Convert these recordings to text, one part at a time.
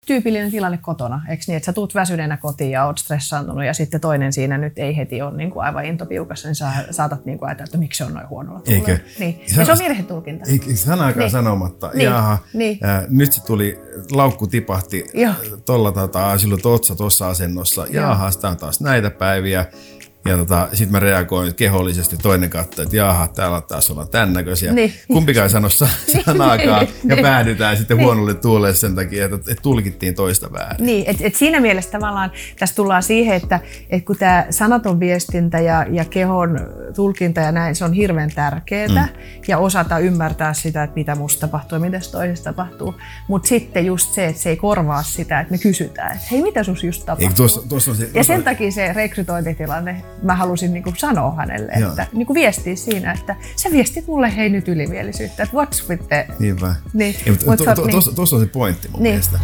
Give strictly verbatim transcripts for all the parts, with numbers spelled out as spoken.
Tyypillinen tilanne kotona, eikö niin, että sä tuut väsyneenä kotiin ja oot stressaantunut ja sitten toinen siinä nyt ei heti ole niin kuin aivan intopiukassa, niin sä saatat niin kuin ajatella, että miksi se on noin huonolla tuulella. Eikö? Niin. Ja se on virhetulkinta. Eikö sanakaan niin. sanomatta? Niin. Jaha, niin. Äh, nyt se tuli, laukku tipahti tuolla tota, silloin otsa tuossa asennossa. Jaha, sitä on taas näitä päiviä. Ja tota, sitten mä reagoin kehollisesti, toinen katsoi, että jaha, täällä taas ollaan tämän näköisiä. Niin. Kumpikaan ei sano sanaakaan ja päädytään sitten niin. huonolle tuulelle sen takia, että, että tulkittiin toista väärin. Niin, että et siinä mielessä tavallaan tässä tullaan siihen, että et kun tämä sanaton viestintä ja, ja kehon tulkinta ja näin, se on hirveän tärkeää mm. ja osata ymmärtää sitä, että mitä musta tapahtuu ja mitä toisesta tapahtuu. Mutta sitten just se, että se ei korvaa sitä, että me kysytään, että hei, mitä sus just tapahtuu? Tuossa, tuossa se, ja sen takia se rekrytointitilanne, mä halusin niinku sanoa hänelle, että niinku viestiä siinä, että sä viestit mulle hei nyt ylimielisyyttä, että what's with the... Niinpä. Niin. Tuossa on se pointti mun niin. mielestä.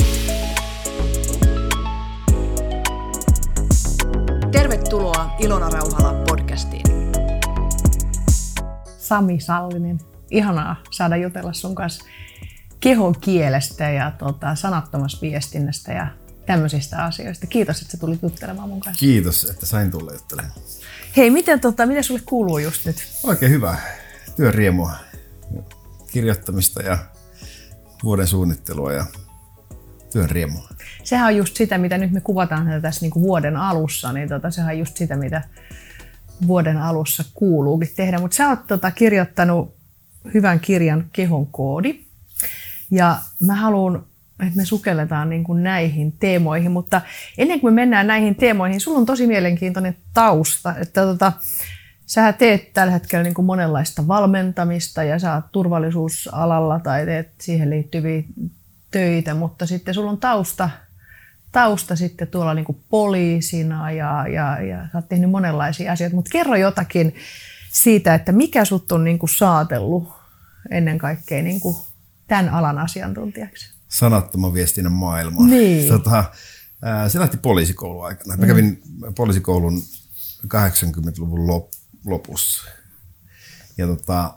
Tervetuloa Ilona Rauhala podcastiin. Sami Sallinen, ihanaa saada jutella sun kanssa kehon kielestä ja tota, sanattomasta viestinnästä ja tämmöisistä asioista. Kiitos, että sä tulit juttelemaan mun kanssa. Kiitos, että sain tulla juttelemaan. Hei, miten, tota, mitä sulle kuuluu just nyt? Oikein hyvä. Työn riemua, kirjoittamista ja vuoden suunnittelua ja työn riemua. Sehän on just sitä, mitä nyt me kuvataan tässä niin kuin vuoden alussa, niin tota, sehän on just sitä, mitä vuoden alussa kuuluukin tehdä. Mutta sä oot tota, kirjoittanut hyvän kirjan Kehon koodi. Ja mä haluan, että me sukelletaan niin kuin näihin teemoihin, mutta ennen kuin me mennään näihin teemoihin, sulla on tosi mielenkiintoinen tausta, että tota, sä teet tällä hetkellä niin kuin monenlaista valmentamista ja sä oot turvallisuusalalla tai teet siihen liittyviä töitä, mutta sitten sulla on tausta, tausta sitten tuolla niin kuin poliisina ja, ja, ja sä oot tehnyt monenlaisia asioita, mutta kerro jotakin siitä, että mikä sut on niin kuin saatellut ennen kaikkea niin kuin tämän alan asiantuntijaksi? Sanattoman viestinnän maailma. Niin. Tota, ää, se lähti poliisikoulun aikana. Mä kävin mm. poliisikoulun kahdeksankymmentäluvun lop, lopussa. Ja, tota,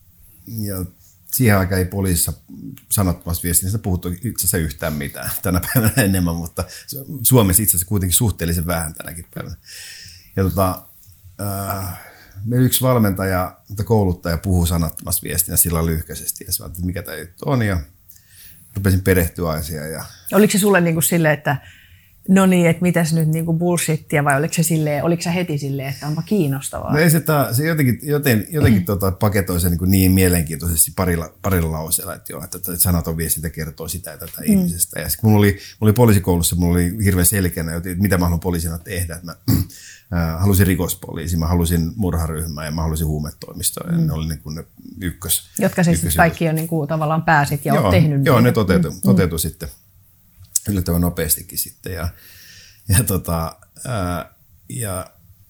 ja siihen aikaan ei poliisissa sanattomasta viestinnästä puhuttu itse asiassa yhtään mitään. Tänä päivänä enemmän, mutta Suomessa itse asiassa kuitenkin suhteellisen vähän tänäkin päivänä. Ja tota, ää, meillä yksi valmentaja, mutta kouluttaja puhuu sanattomasta viestinnästä sillä lyhkäisesti. Ja se vaan, että mikä tämä juttu on. Ja rupesin perehtyä asiaan. Ja... Oliko se sulle niin kuin silleen, että no niin, että mitäs nyt niin kuin bullshittia vai oliko se silleen, oliko se heti silleen, että onpa kiinnostavaa? No ei se, ta, se jotenkin, joten, jotenkin tota, paketoi se niin, niin mielenkiintoisesti parilla, parilla lauseella, että, joo, että, että sanaton viestintä kertoo sitä ja tätä mm. ihmisestä. Ja kun mulla oli, mulla oli poliisikoulussa, mulla oli hirveän selkeänä, että mitä mä haluan poliisina tehdä. Että mä äh, halusin rikospoliisi, mä halusin murharyhmää ja mä halusin huumetoimistoa. Mm. Ja ne oli niin kuin ne ykkös. Jotka siis ykkös, kaikki jo niin kuin tavallaan pääsit ja olet tehnyt. Joo, ne toteutui, mm. toteutui sitten. Yllättävän nopeastikin sitten. Ja, ja, tota, ää, ja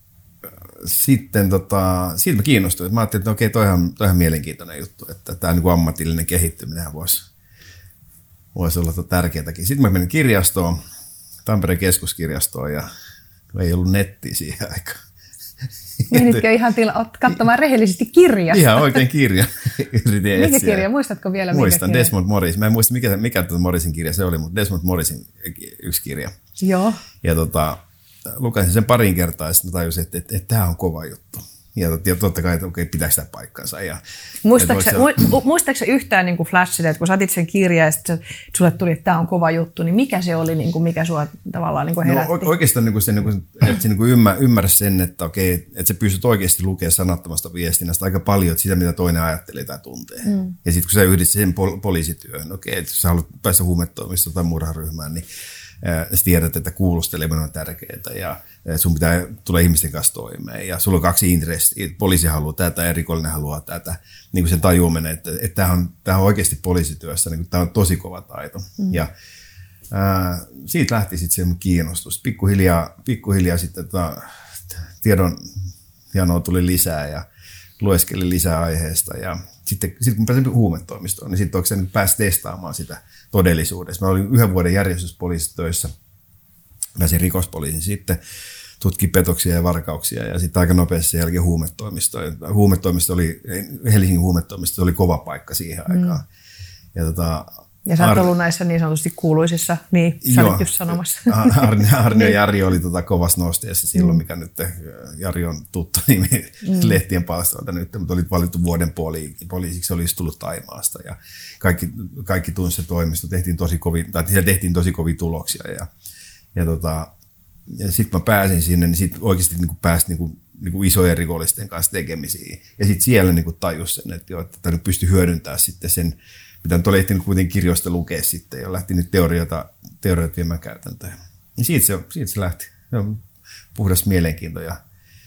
sitten tota, siitä mä kiinnostuin. Mä ajattelin, että okei, toihan, toihan mielenkiintoinen juttu, että tämä niin kuin ammatillinen kehittyminen voisi, voisi olla tärkeätäkin. Sitten mä menin kirjastoon, Tampereen keskuskirjastoon, ja ei ollut nettiä siihen aikaan. Menitkö ihan tila- katsomaan rehellisesti kirjasta? Ihan oikein kirja. Mikä kirja? Muistatko vielä? Muistan, Desmond Morris. Mä en muista, mikä, mikä tuota Morrisin kirja se oli, mutta Desmond Morrisin yksi kirja. Joo. Ja tota, lukasin sen parin kertaa ja sitten tajusin, että, että, että tämä on kova juttu. Ja, ja totta kai, että okei, pitääkö sitä paikkansa. Ja, Muistatko yhtään niin kuin flashilla, että kun saatit sen kirjan ja sitten sulle tuli, että tämä on kova juttu, niin mikä se oli, niin kuin, mikä sua tavallaan niin kuin herätti? No, oikeastaan niin kuin se, niin kuin, että se niin kuin ymmär, ymmärrä sen, että, okei, että sä pystyt oikeasti lukemaan sanattomasta viestinnästä aika paljon, että sitä, mitä toinen ajattelee tai tuntee. Mm. Ja sitten kun sä yhdistät sen pol- poliisityöhön, okei, että jos sä haluat päästä huumetoimistoon tai murharyhmään, niin sä tiedät, että kuulusteleminen on tärkeää ja sun pitää tulla ihmisten kanssa toimeen. Ja sulla on kaksi intressiä. Poliisi haluaa tätä ja rikollinen haluaa tätä. Niin kuin sen tajuaminen, että, että tämä on, tämä on oikeasti poliisityössä. Niin kuin, tämä on tosi kova taito. Mm. Ja ää, siitä lähti sitten se kiinnostus. Pikkuhiljaa, pikkuhiljaa sitten tota, tiedon janoa tuli lisää ja lueskelin lisää aiheesta. Ja sitten, sitten kun pääsin huumetoimistoon, niin sitten oikein pääsi testaamaan sitä todellisuudessa. Mä olin yhden vuoden järjestyspoliisissa töissä. Pääsin rikospoliisin sitten, tutkin petoksia ja varkauksia ja sitten aika nopeasti sen jälkeen huumetoimisto. Huumetoimisto oli, Helsingin huumetoimisto oli kova paikka siihen aikaan. Mm. Ja tota, Ja sä oot Ar- ollut näissä niin sanotusti kuuluisissa, niin sä olit just sanomassa. Arni, Arni ja Jari oli tota kovassa nosteessa silloin, mm. mikä nyt Jari on tuttu nimi mm. lehtien palstalta nyt, mutta oli valittu vuoden poli, poliisiksi, oli just tullut Taimaasta ja kaikki, kaikki tunsi se toimisto, tehtiin tosi kovia, tai siellä tehtiin tosi kovia tuloksia ja, ja, tota, ja sitten mä pääsin sinne, niin sitten oikeasti niin pääsin niin niin isojen rikollisten kanssa tekemisiin ja sitten siellä niin tajus sen, että, jo, että nyt pystyi hyödyntämään sitten sen, mitä nyt oli ehtinyt kuitenkin kirjoista lukea sitten ja lähti nyt teorioita, teorioita viemään käytäntöön. Ja siitä se, siitä se lähti. Se on puhdas mielenkiinto ja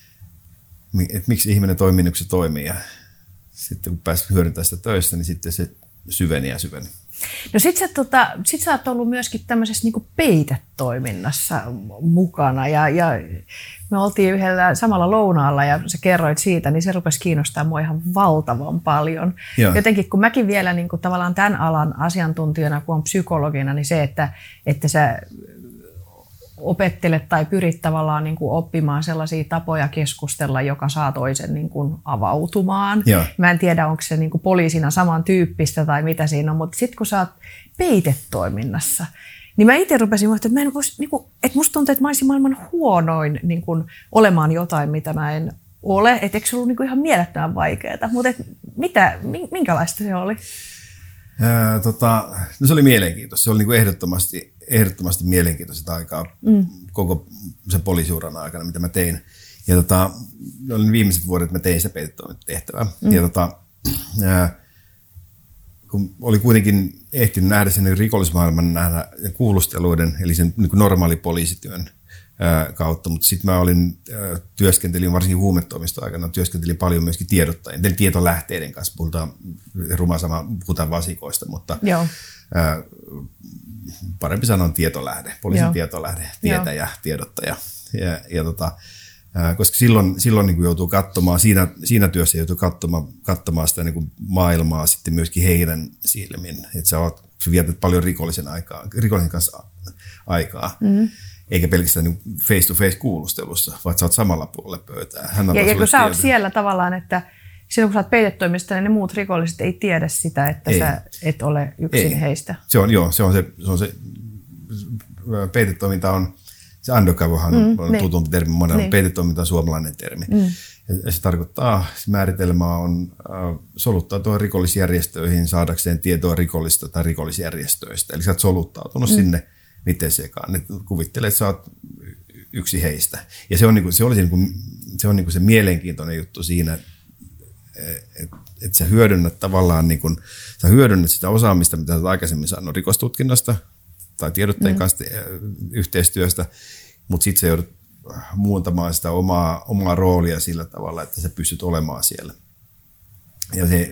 että miksi ihminen toimii niin kuin se toimii. Ja sitten kun pääsi hyödyntämään sitä töissä, niin sitten se syveni ja syveni. No sit sä, tota, sit sä oot ollut myöskin tämmöisessä niinku peitetoiminnassa mukana ja, ja me oltiin yhdellä samalla lounaalla ja sä kerroit siitä, niin se rupesi kiinnostaa mua ihan valtavan paljon. Joo. Jotenkin kun mäkin vielä niinku tavallaan tämän alan asiantuntijana, kun on psykologina, niin se, että, että sä opettelet tai pyrit tavallaan niin kuin oppimaan sellaisia tapoja keskustella, joka saa toisen niin kuin avautumaan. Joo. Mä en tiedä, onko se niin kuin poliisina samantyyppistä tai mitä siinä on, mutta sitten kun sä oot peitetoiminnassa, niin mä itse rupesin että, mä en vois, niin kuin, että musta tuntuu, että mä olisin maailman huonoin niin kuin, olemaan jotain, mitä mä en ole. Et eikö se ollut niin kuin ihan mielettömän vaikeaa? Mutta mitä, minkälaista se oli? Ää, tota, no se oli mielenkiintoista. Se oli niin kuin ehdottomasti, ehdottomasti mielenkiintoista aikaa mm. koko sen poliisiuran aikana, mitä mä tein. Ja tota, olin viimeiset vuodet, mä tein sitä peitetoimintatehtävää. Mm. Ja tota, ää, kun oli kuitenkin ehtinyt nähdä sen rikollismaailman nähdä kuulusteluiden, eli sen niin kuin normaali poliisityön ää, kautta, mutta sitten mä olin, ää, työskentelin varsinkin huumetoimiston aikana, työskentelin paljon myöskin tiedottajien, tietolähteiden kanssa, puhutaan rumasama, puhutaan vasikoista, mutta ää, parempi sanoa tietolähde, poliisin Joo. tietolähde, tietäjä, Joo. tiedottaja. Ja, ja tota, ää, koska silloin, silloin niin kuin joutuu katsomaan, siinä, siinä työssä joutuu katsomaan, katsomaan sitä niin kuin maailmaa sitten myöskin heidän silmin. Että sä, oot, sä vietät paljon rikollisen, aikaa, rikollisen kanssa aikaa. Mm-hmm. Eikä pelkästään niin face-to-face kuulustelussa, vaan sä oot samalla puolella pöytää. Hän ja, ja kun sä oot siellä tavallaan, että silloin kun sä oot peitetoimista, niin ne muut rikolliset ei tiedä sitä, että ei. Sä et ole yksin ei. Heistä. Se on, joo, se on se, se, on se peitetoiminta on, se undercoverhan mm, on niin. tutumpi termi, monella niin. peitetoiminta on suomalainen termi. Mm. Ja se tarkoittaa, se määritelmä on äh, soluttautua rikollisjärjestöihin saadakseen tietoa rikollista tai rikollisjärjestöistä. Eli sä oot soluttautunut mm. sinne niiden sekaan. Ne kuvittelee, että sä oot yksi heistä. Ja se on, niinku, se olisi niinku, se, on niinku se mielenkiintoinen juttu siinä, että et sä hyödynnät tavallaan niinku, sä hyödynnät sitä osaamista, mitä sä oot aikaisemmin saanut rikostutkinnasta tai tiedottajien mm. kanssa yhteistyöstä, mutta sitten sä joudut muuntamaan sitä omaa, omaa roolia sillä tavalla, että sä pystyt olemaan siellä. Ja se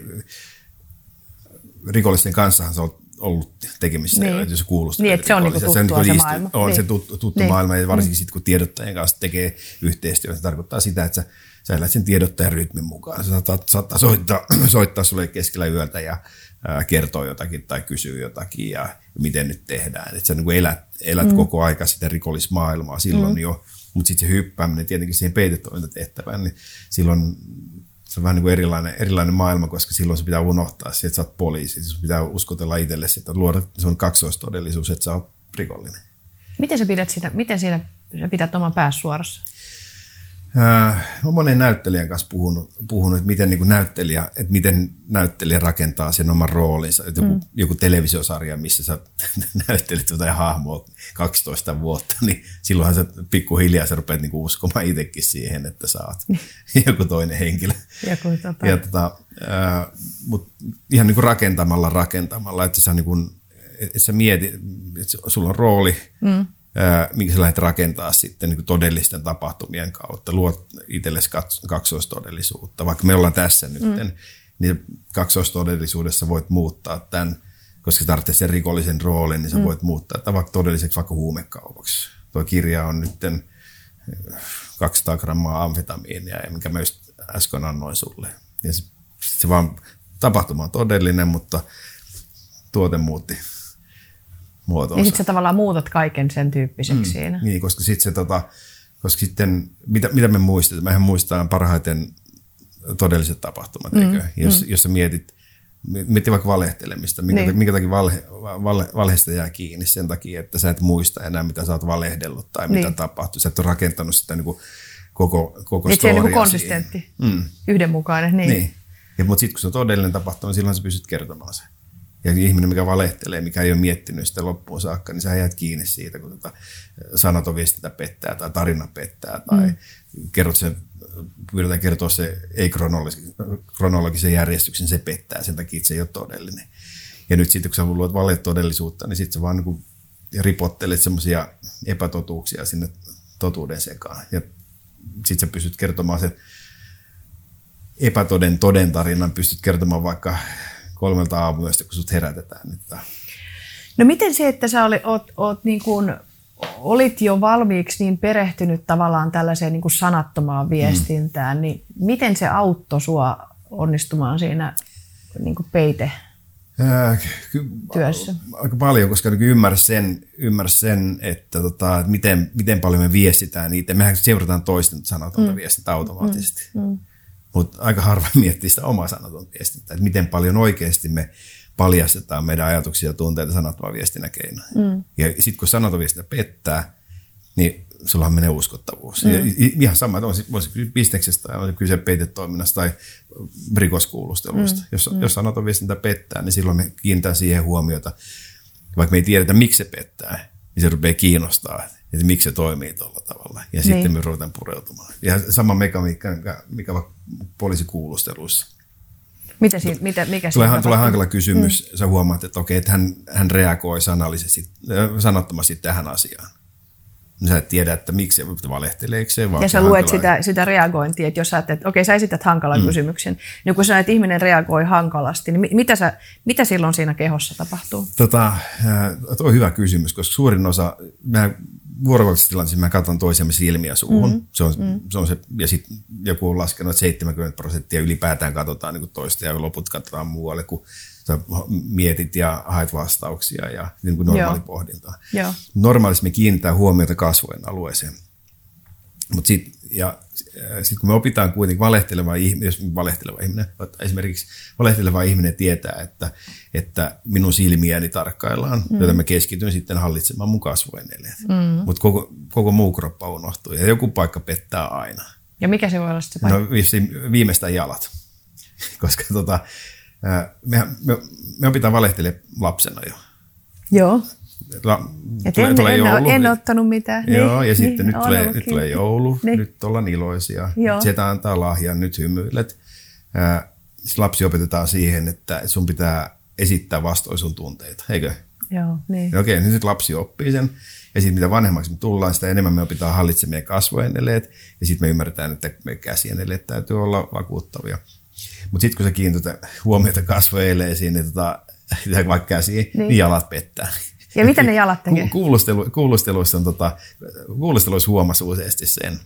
rikollisten kanssahan sä oot ollut tekemissä, niin. jos kuulostaa. Niin, että se on niinku tuttua se, se maailma. On niin. se tuttu, tuttu niin. maailma, ja varsinkin mm. sitten kun tiedottajien kanssa tekee yhteistyötä, se tarkoittaa sitä, että sä, sä elät sen tiedottajan rytmin mukaan. Sä saattaa, saattaa soittaa, soittaa sulle keskellä yöltä ja ää, kertoa jotakin tai kysyä jotakin ja miten nyt tehdään. Että sä niin kuin elät, elät mm. koko aika sitä rikollismaailmaa silloin mm. jo, mutta sitten se hyppääminen tietenkin siihen peitetoimintatehtävään, niin silloin se on vähän niin kuin erilainen, erilainen maailma, koska silloin se pitää unohtaa se, että sä oot poliisi. Se pitää uskotella itsellesi, että luoda se on kaksoistodellisuus, että sä oot rikollinen. Miten sä pidät sitä, miten siinä sä pidät oman päässä suorassa? Äh, olen monen näyttelijän kanssa puhunut, puhunut että, miten, niin kuin näyttelijä, että miten näyttelijä rakentaa sen oman roolinsa. Että joku, mm. joku televisiosarja, missä sä näyttelet jotain hahmoa kaksitoista vuotta, niin silloinhan sä pikkuhiljaa sä rupeat niin kuin uskomaan itsekin siihen, että sä oot joku toinen henkilö. Joku, tota. Ja, tota, äh, mut ihan niin kuin rakentamalla rakentamalla, että sä, niin kuin, että sä mietit, että sulla on rooli, mm. minkä sä lähdet rakentaa sitten niin kuin todellisten tapahtumien kautta, luot itsellesi kaksoistodellisuutta. Vaikka me ollaan tässä nyt, mm. niin kaksoistodellisuudessa voit muuttaa tämän, koska sä tarvitsee sen rikollisen roolin, niin sä mm. voit muuttaa tämän vaikka todelliseksi vaikka huumekaupaksi. Tuo kirja on nyt kaksisataa grammaa amfetamiinia, minkä mä just äsken annoin sulle. Ja se, se vaan tapahtuma on todellinen, mutta tuote muutti muotoonsa. Ja sitten sä tavallaan muutat kaiken sen tyyppiseksi mm, siinä. Niin, koska sitten se, tota, koska sitten, mitä, mitä me muistetaan? Mehän muistetaan parhaiten todelliset tapahtumat, mm, eikö? Jos, mm. jos sä mietit, Miettii vaikka valehtelemista, minkä, niin. minkä takia valhe, valhe, valheesta jää kiinni sen takia, että sä et muista enää, mitä sä oot valehdellut tai niin. mitä tapahtui. Sä et ole rakentanut sitä niin kuin koko, koko storia. Se on niin konsistentti, mm. yhdenmukainen. Niin. niin. Mutta sitten kun se on todellinen tapahtuma, niin silloin sä pystyt kertomaan sen. Ja ihminen, mikä valehtelee, mikä ei ole miettinyt sitä loppuun saakka, niin sä jäät kiinni siitä, kun tota sanaton viestintä pettää tai tarina pettää tai mm. kerrot sen, pyydetään kertoa se ei-kronologisen järjestyksen, se pettää sen takia, että se ei ole todellinen. Ja nyt sitten, kun sä luot valetodellisuutta, niin sitten sä vaan niin kuin ripottelet semmoisia epätotuuksia sinne totuuden sekaan. Ja sitten sä pystyt kertomaan sen epätoden toden tarinan, pystyt kertomaan vaikka kolmelta aamuyöstä, kun sut herätetään. No miten se, että sä olit, oot, oot niin kuin, olit jo valmiiksi niin perehtynyt tavallaan tällaiseen niin kuin sanattomaan viestintään, mm. niin miten se auttoi sua onnistumaan siinä niin kuin peite-työssä? Aika paljon, koska ymmärrän sen, ymmärrän sen että, tota, että miten, miten paljon me viestitään niitä. Mehän seurataan toisten sanotonta mm. viestintää automaattisesti. Mm. Mm. Mutta aika harva miettii sitä omaa sanatonta viestintää, että miten paljon oikeasti me paljastetaan meidän ajatuksia ja tunteita sanottoman viestinnän keinoin. Mm. Ja sitten kun sanaton viestintä pettää, niin sullahan menee uskottavuus. Mm. Ja ihan sama, että on se bisneksestä tai on se kyse peitetoiminnasta tai rikoskuulusteluista. Mm. Jos, mm. jos sanaton viestintä pettää, niin silloin me kiinnitään siihen huomiota, vaikka me ei tiedetä, miksi se pettää, niin se rupeaa kiinnostaa, että miksi se toimii tuolla tavalla. Ja niin. sitten me ruvetaan pureutumaan. Ja sama mekaniikka, mikä on poliisikuulusteluissa. Mitä siitä, mitä, mikä tulee, siitä tulee hankala kysymys. Mm. Sä huomaat, että okei, että hän, hän reagoi sanallisesti, sanottomasti tähän asiaan. Sä et tiedä, että miksi se valehteleeko se. Ja sä luet sitä, sitä reagointia, että jos sä että okei, sä esität hankalan mm. kysymyksen, niin kun sä että ihminen reagoi hankalasti, niin mitä, sä, mitä silloin siinä kehossa tapahtuu? Tota, tuo on hyvä kysymys, koska suurin osa, mehän vuorovaikutuksessa tilanteessa mä katson toisiamme silmiä suuhun. Mm. Se on, mm. se on se, ja sitten joku on laskenut, että seitsemänkymmentä prosenttia ylipäätään katsotaan niin kuin toista ja loput katsotaan muualle, kun sä mietit ja haet vastauksia ja niin kuin normaali pohdintaa. Joo. Normaalisti me kiinnitetään huomiota kasvojen alueeseen. Mutta sitten sit kun me opitaan kuitenkin valehteleva ihminen, jos valehteleva ihminen, esimerkiksi valehteleva ihminen tietää, että, että minun silmiäni tarkkaillaan, mm. joten mä keskityn sitten hallitsemaan mun kasvojen eleet. Mm. Mutta koko, koko muu kroppa unohtuu ja joku paikka pettää aina. Ja mikä se voi olla se paikka? No viimeistään jalat, koska tota, me, me, me opitaan valehtelemaan lapsena jo. Joo. La, et tulee, en, tulee en, joulu. En ottanut mitään. Joo, niin, ja sitten niin, nyt, tulee, nyt tulee joulu, niin. Nyt ollaan iloisia. Setä antaa lahjan, nyt hymyilet. Äh, lapsi opetetaan siihen, että sun pitää esittää vastoin sun tunteita, eikö? Joo, niin. Okei, okay, niin sitten lapsi oppii sen. Ja sitten mitä vanhemmaksi me tullaan, sitä enemmän me opitaan hallitsemaan meidän kasvojen eleet. Ja sitten me ymmärretään, että meidän käsien eleet täytyy olla vakuuttavia. Mutta sitten kun sä kiinnität huomiota kasvojen eleisiin, niin tota, vaikka käsiin, niin. niin jalat pettää. Ja mitä ne jalat tekee? Kuulustelu, kuulusteluissa, on, tota, kuulusteluissa huomasi useasti sen,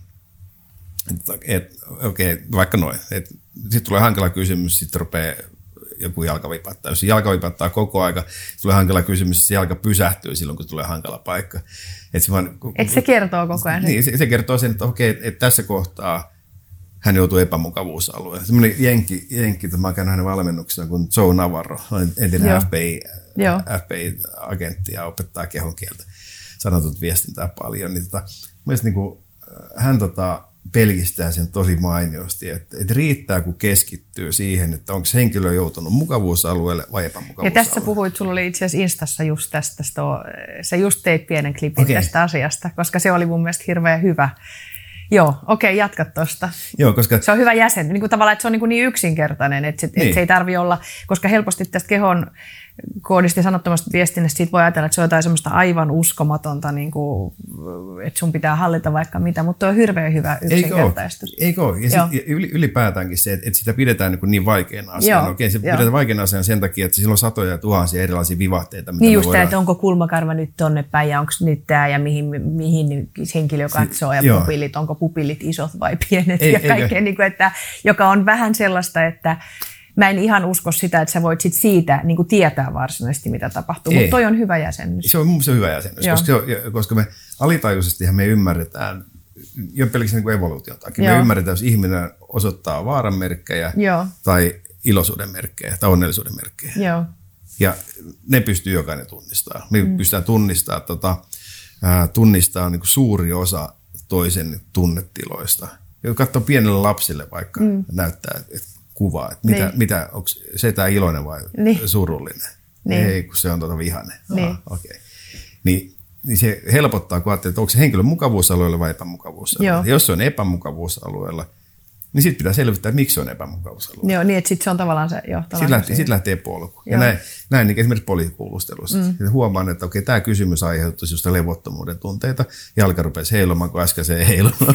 että et, okei, okay, vaikka noin. Sitten tulee hankala kysymys, sitten rupeaa joku jalka vipattaa. Jos jalka vipattaa koko aika, tulee hankala kysymys, se jalka pysähtyy silloin, kun tulee hankala paikka. Et se, vaan, Et se kertoo koko ajan? Niin, se, se kertoo sen, että okei, okay, että tässä kohtaa hän joutuu epämukavuusalueelle. Sellainen jenkki, jenkki että mä oon käynyt hänen valmennuksena, kun Joe Navarro, entinen Joo. F B I, F B I-agentti ja opettaa kehon kieltä, sanotut viestintää paljon. Niin tota, mielestäni niin kuin, hän tota, pelkistää sen tosi mainiosti, että, että riittää, kun keskittyy siihen, että onko henkilö joutunut mukavuusalueelle vai epämukavuusalueelle. Ja tässä puhuit, sulla oli itse asiassa Instassa just tästä, sä just teit pienen klipin okay. tästä asiasta, koska se oli mun mielestä hirveän hyvä. Joo, okei, okay, jatka tuosta. Joo, koska se on hyvä jäsen. Niin kuin tavallaan, että se on niin, niin yksinkertainen, että, niin. että se ei tarvitse olla, koska helposti tästä kehon koodista ja sanottomasta viestinnästä siitä voi ajatella, että se on jotain semmoista aivan uskomatonta, niin kuin, että sun pitää hallita vaikka mitä, mutta on hirveän hyvä yksinkertaistus. Eikö ole? Ja sit, ylipäätäänkin se, että sitä pidetään niin, niin vaikeana asiana. Okei, se Joo. pidetään vaikeana asiana sen takia, että sillä on satoja ja tuhansia erilaisia vivahteita. Mitä niin just voidaan... että onko kulmakarva nyt tonne päin ja onko nyt tämä ja mihin, mihin henkilö katsoo ja pupillit, onko pupillit isot vai pienet ei, ja kaikkea, niin kuin, että, joka on vähän sellaista, että mä en ihan usko sitä, että sä voit sit siitä niin kuin tietää varsinaisesti, mitä tapahtuu, mutta toi on hyvä jäsennys. Se on mun mielestä hyvä jäsennys, koska, se on, koska me alitajuisestihan me ymmärretään, jo pelkästään niin evoluution takia, Joo. me ymmärretään, jos ihminen osoittaa vaaranmerkkejä Joo. tai iloisuuden merkkejä tai onnellisuuden merkkejä. Joo. Ja ne pystyy jokainen tunnistamaan. Me mm. pystytään tunnistamaan, tota, ää, tunnistaa niin kuin suuri osa toisen tunnetiloista. Ja katsoo pienelle lapsille vaikka, mm. näyttää että kuvaa, että mitä, niin. mitä, onko se tämä iloinen vai niin. surullinen. Niin. Ei, kun se on tuota vihainen. Niin. Aha, okay. niin, niin se helpottaa, kun ajattelee, että onko se henkilö mukavuusalueella vai epämukavuusalueella. Jos se on epämukavuusalueella, niin sitten pitää selvittää, että miksi se on epämukavuusalueella. Joo, niin että sitten se on tavallaan se johtava. Sitten lähtee, sit lähtee polku. Joo. Ja näin, näin niin esimerkiksi poliisikuulustelussa. Mm. Huomaan, että okei, tämä kysymys aiheutti sinusta levottomuuden tunteita. Jalka rupesi heilumaan, kun äsken se ei heilumaan.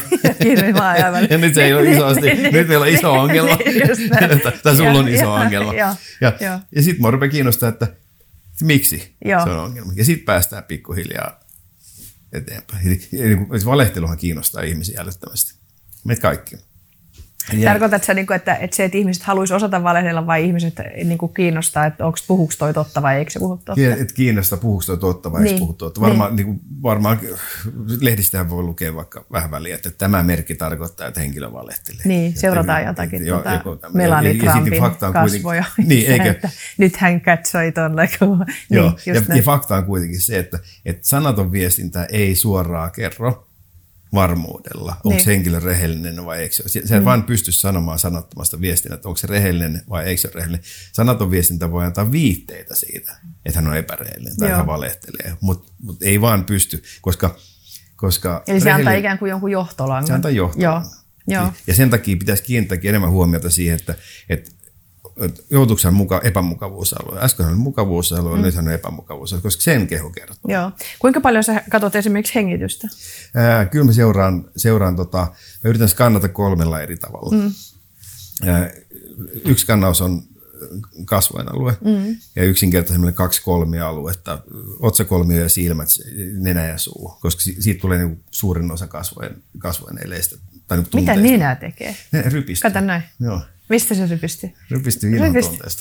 Ja nyt se ei ole isosti. Nyt meillä on iso ongelma. Tai sulla on iso ongelma. Ja, ja, ja sitten minua rupeaa kiinnostaa, että miksi Joo. se on ongelma. Ja sitten päästään pikkuhiljaa eteenpäin. Valehteluhan kiinnostaa ihmisiä älyttömästi. Meitä kaikki. Tarkoitatko sä, että, että se, että ihmiset haluaisi osata valehdella vai ihmiset niin kuin kiinnostaa, että onko puhuuko toi totta vai eikö se puhu totta? Että kiinnostaa, puhuuko toi totta vai niin. eikö puhu totta. Varmaan, niin. Niin kuin, varmaan lehdistähän voi lukea vaikka vähän väliä, että tämä merkki tarkoittaa, että henkilö valehtelee. Niin, että seurataan että, jotakin että, tuota joku, Melanie Trumpin kasvoja. Niin, eikö? Että nyt hän katsoi tuolla. Joo, niin, ja, ja fakta on kuitenkin se, että, että sanaton viestintä ei suoraan kerro varmuudella, onko niin. henkilö rehellinen vai eikö se. Sä et mm. vaan pysty sanomaan sanattomasta viestinä, että onko se rehellinen vai eikö se rehellinen. Sanaton viestintä voi antaa viitteitä siitä, että hän on epärehellinen tai Joo. hän valehtelee, mutta mut ei vaan pysty, koska... koska Eli se antaa ikään kuin jonkun johtolangan. Se antaa johtolangan. Joo. Joo. Ja sen takia pitäisi kiinnittääkin enemmän huomiota siihen, että, että joutuuko hän muka, epämukavuusalueelle. Äsken oli mukavuusalueelle, mm. nyt hän on epämukavuusalueelle, koska sen keho kertoo. Joo. Kuinka paljon sä katsot esimerkiksi hengitystä? Ää, kyllä mä seuraan, seuraan tota, mä yritän skannata kolmella eri tavalla. Mm. Ää, yksi skannaus on kasvojen alue mm. ja yksinkertaisesti kaksi kolmia aluetta, otsakolmio ja silmät, nenä ja suu, koska siitä tulee niinku suurin osa kasvojen, kasvojen eleistä. Tai niinku mitä nenä tekee? Ne rypistyy. Kato näin. Joo. Mistä se rypistyy? Rypistyy ilman tunteesta.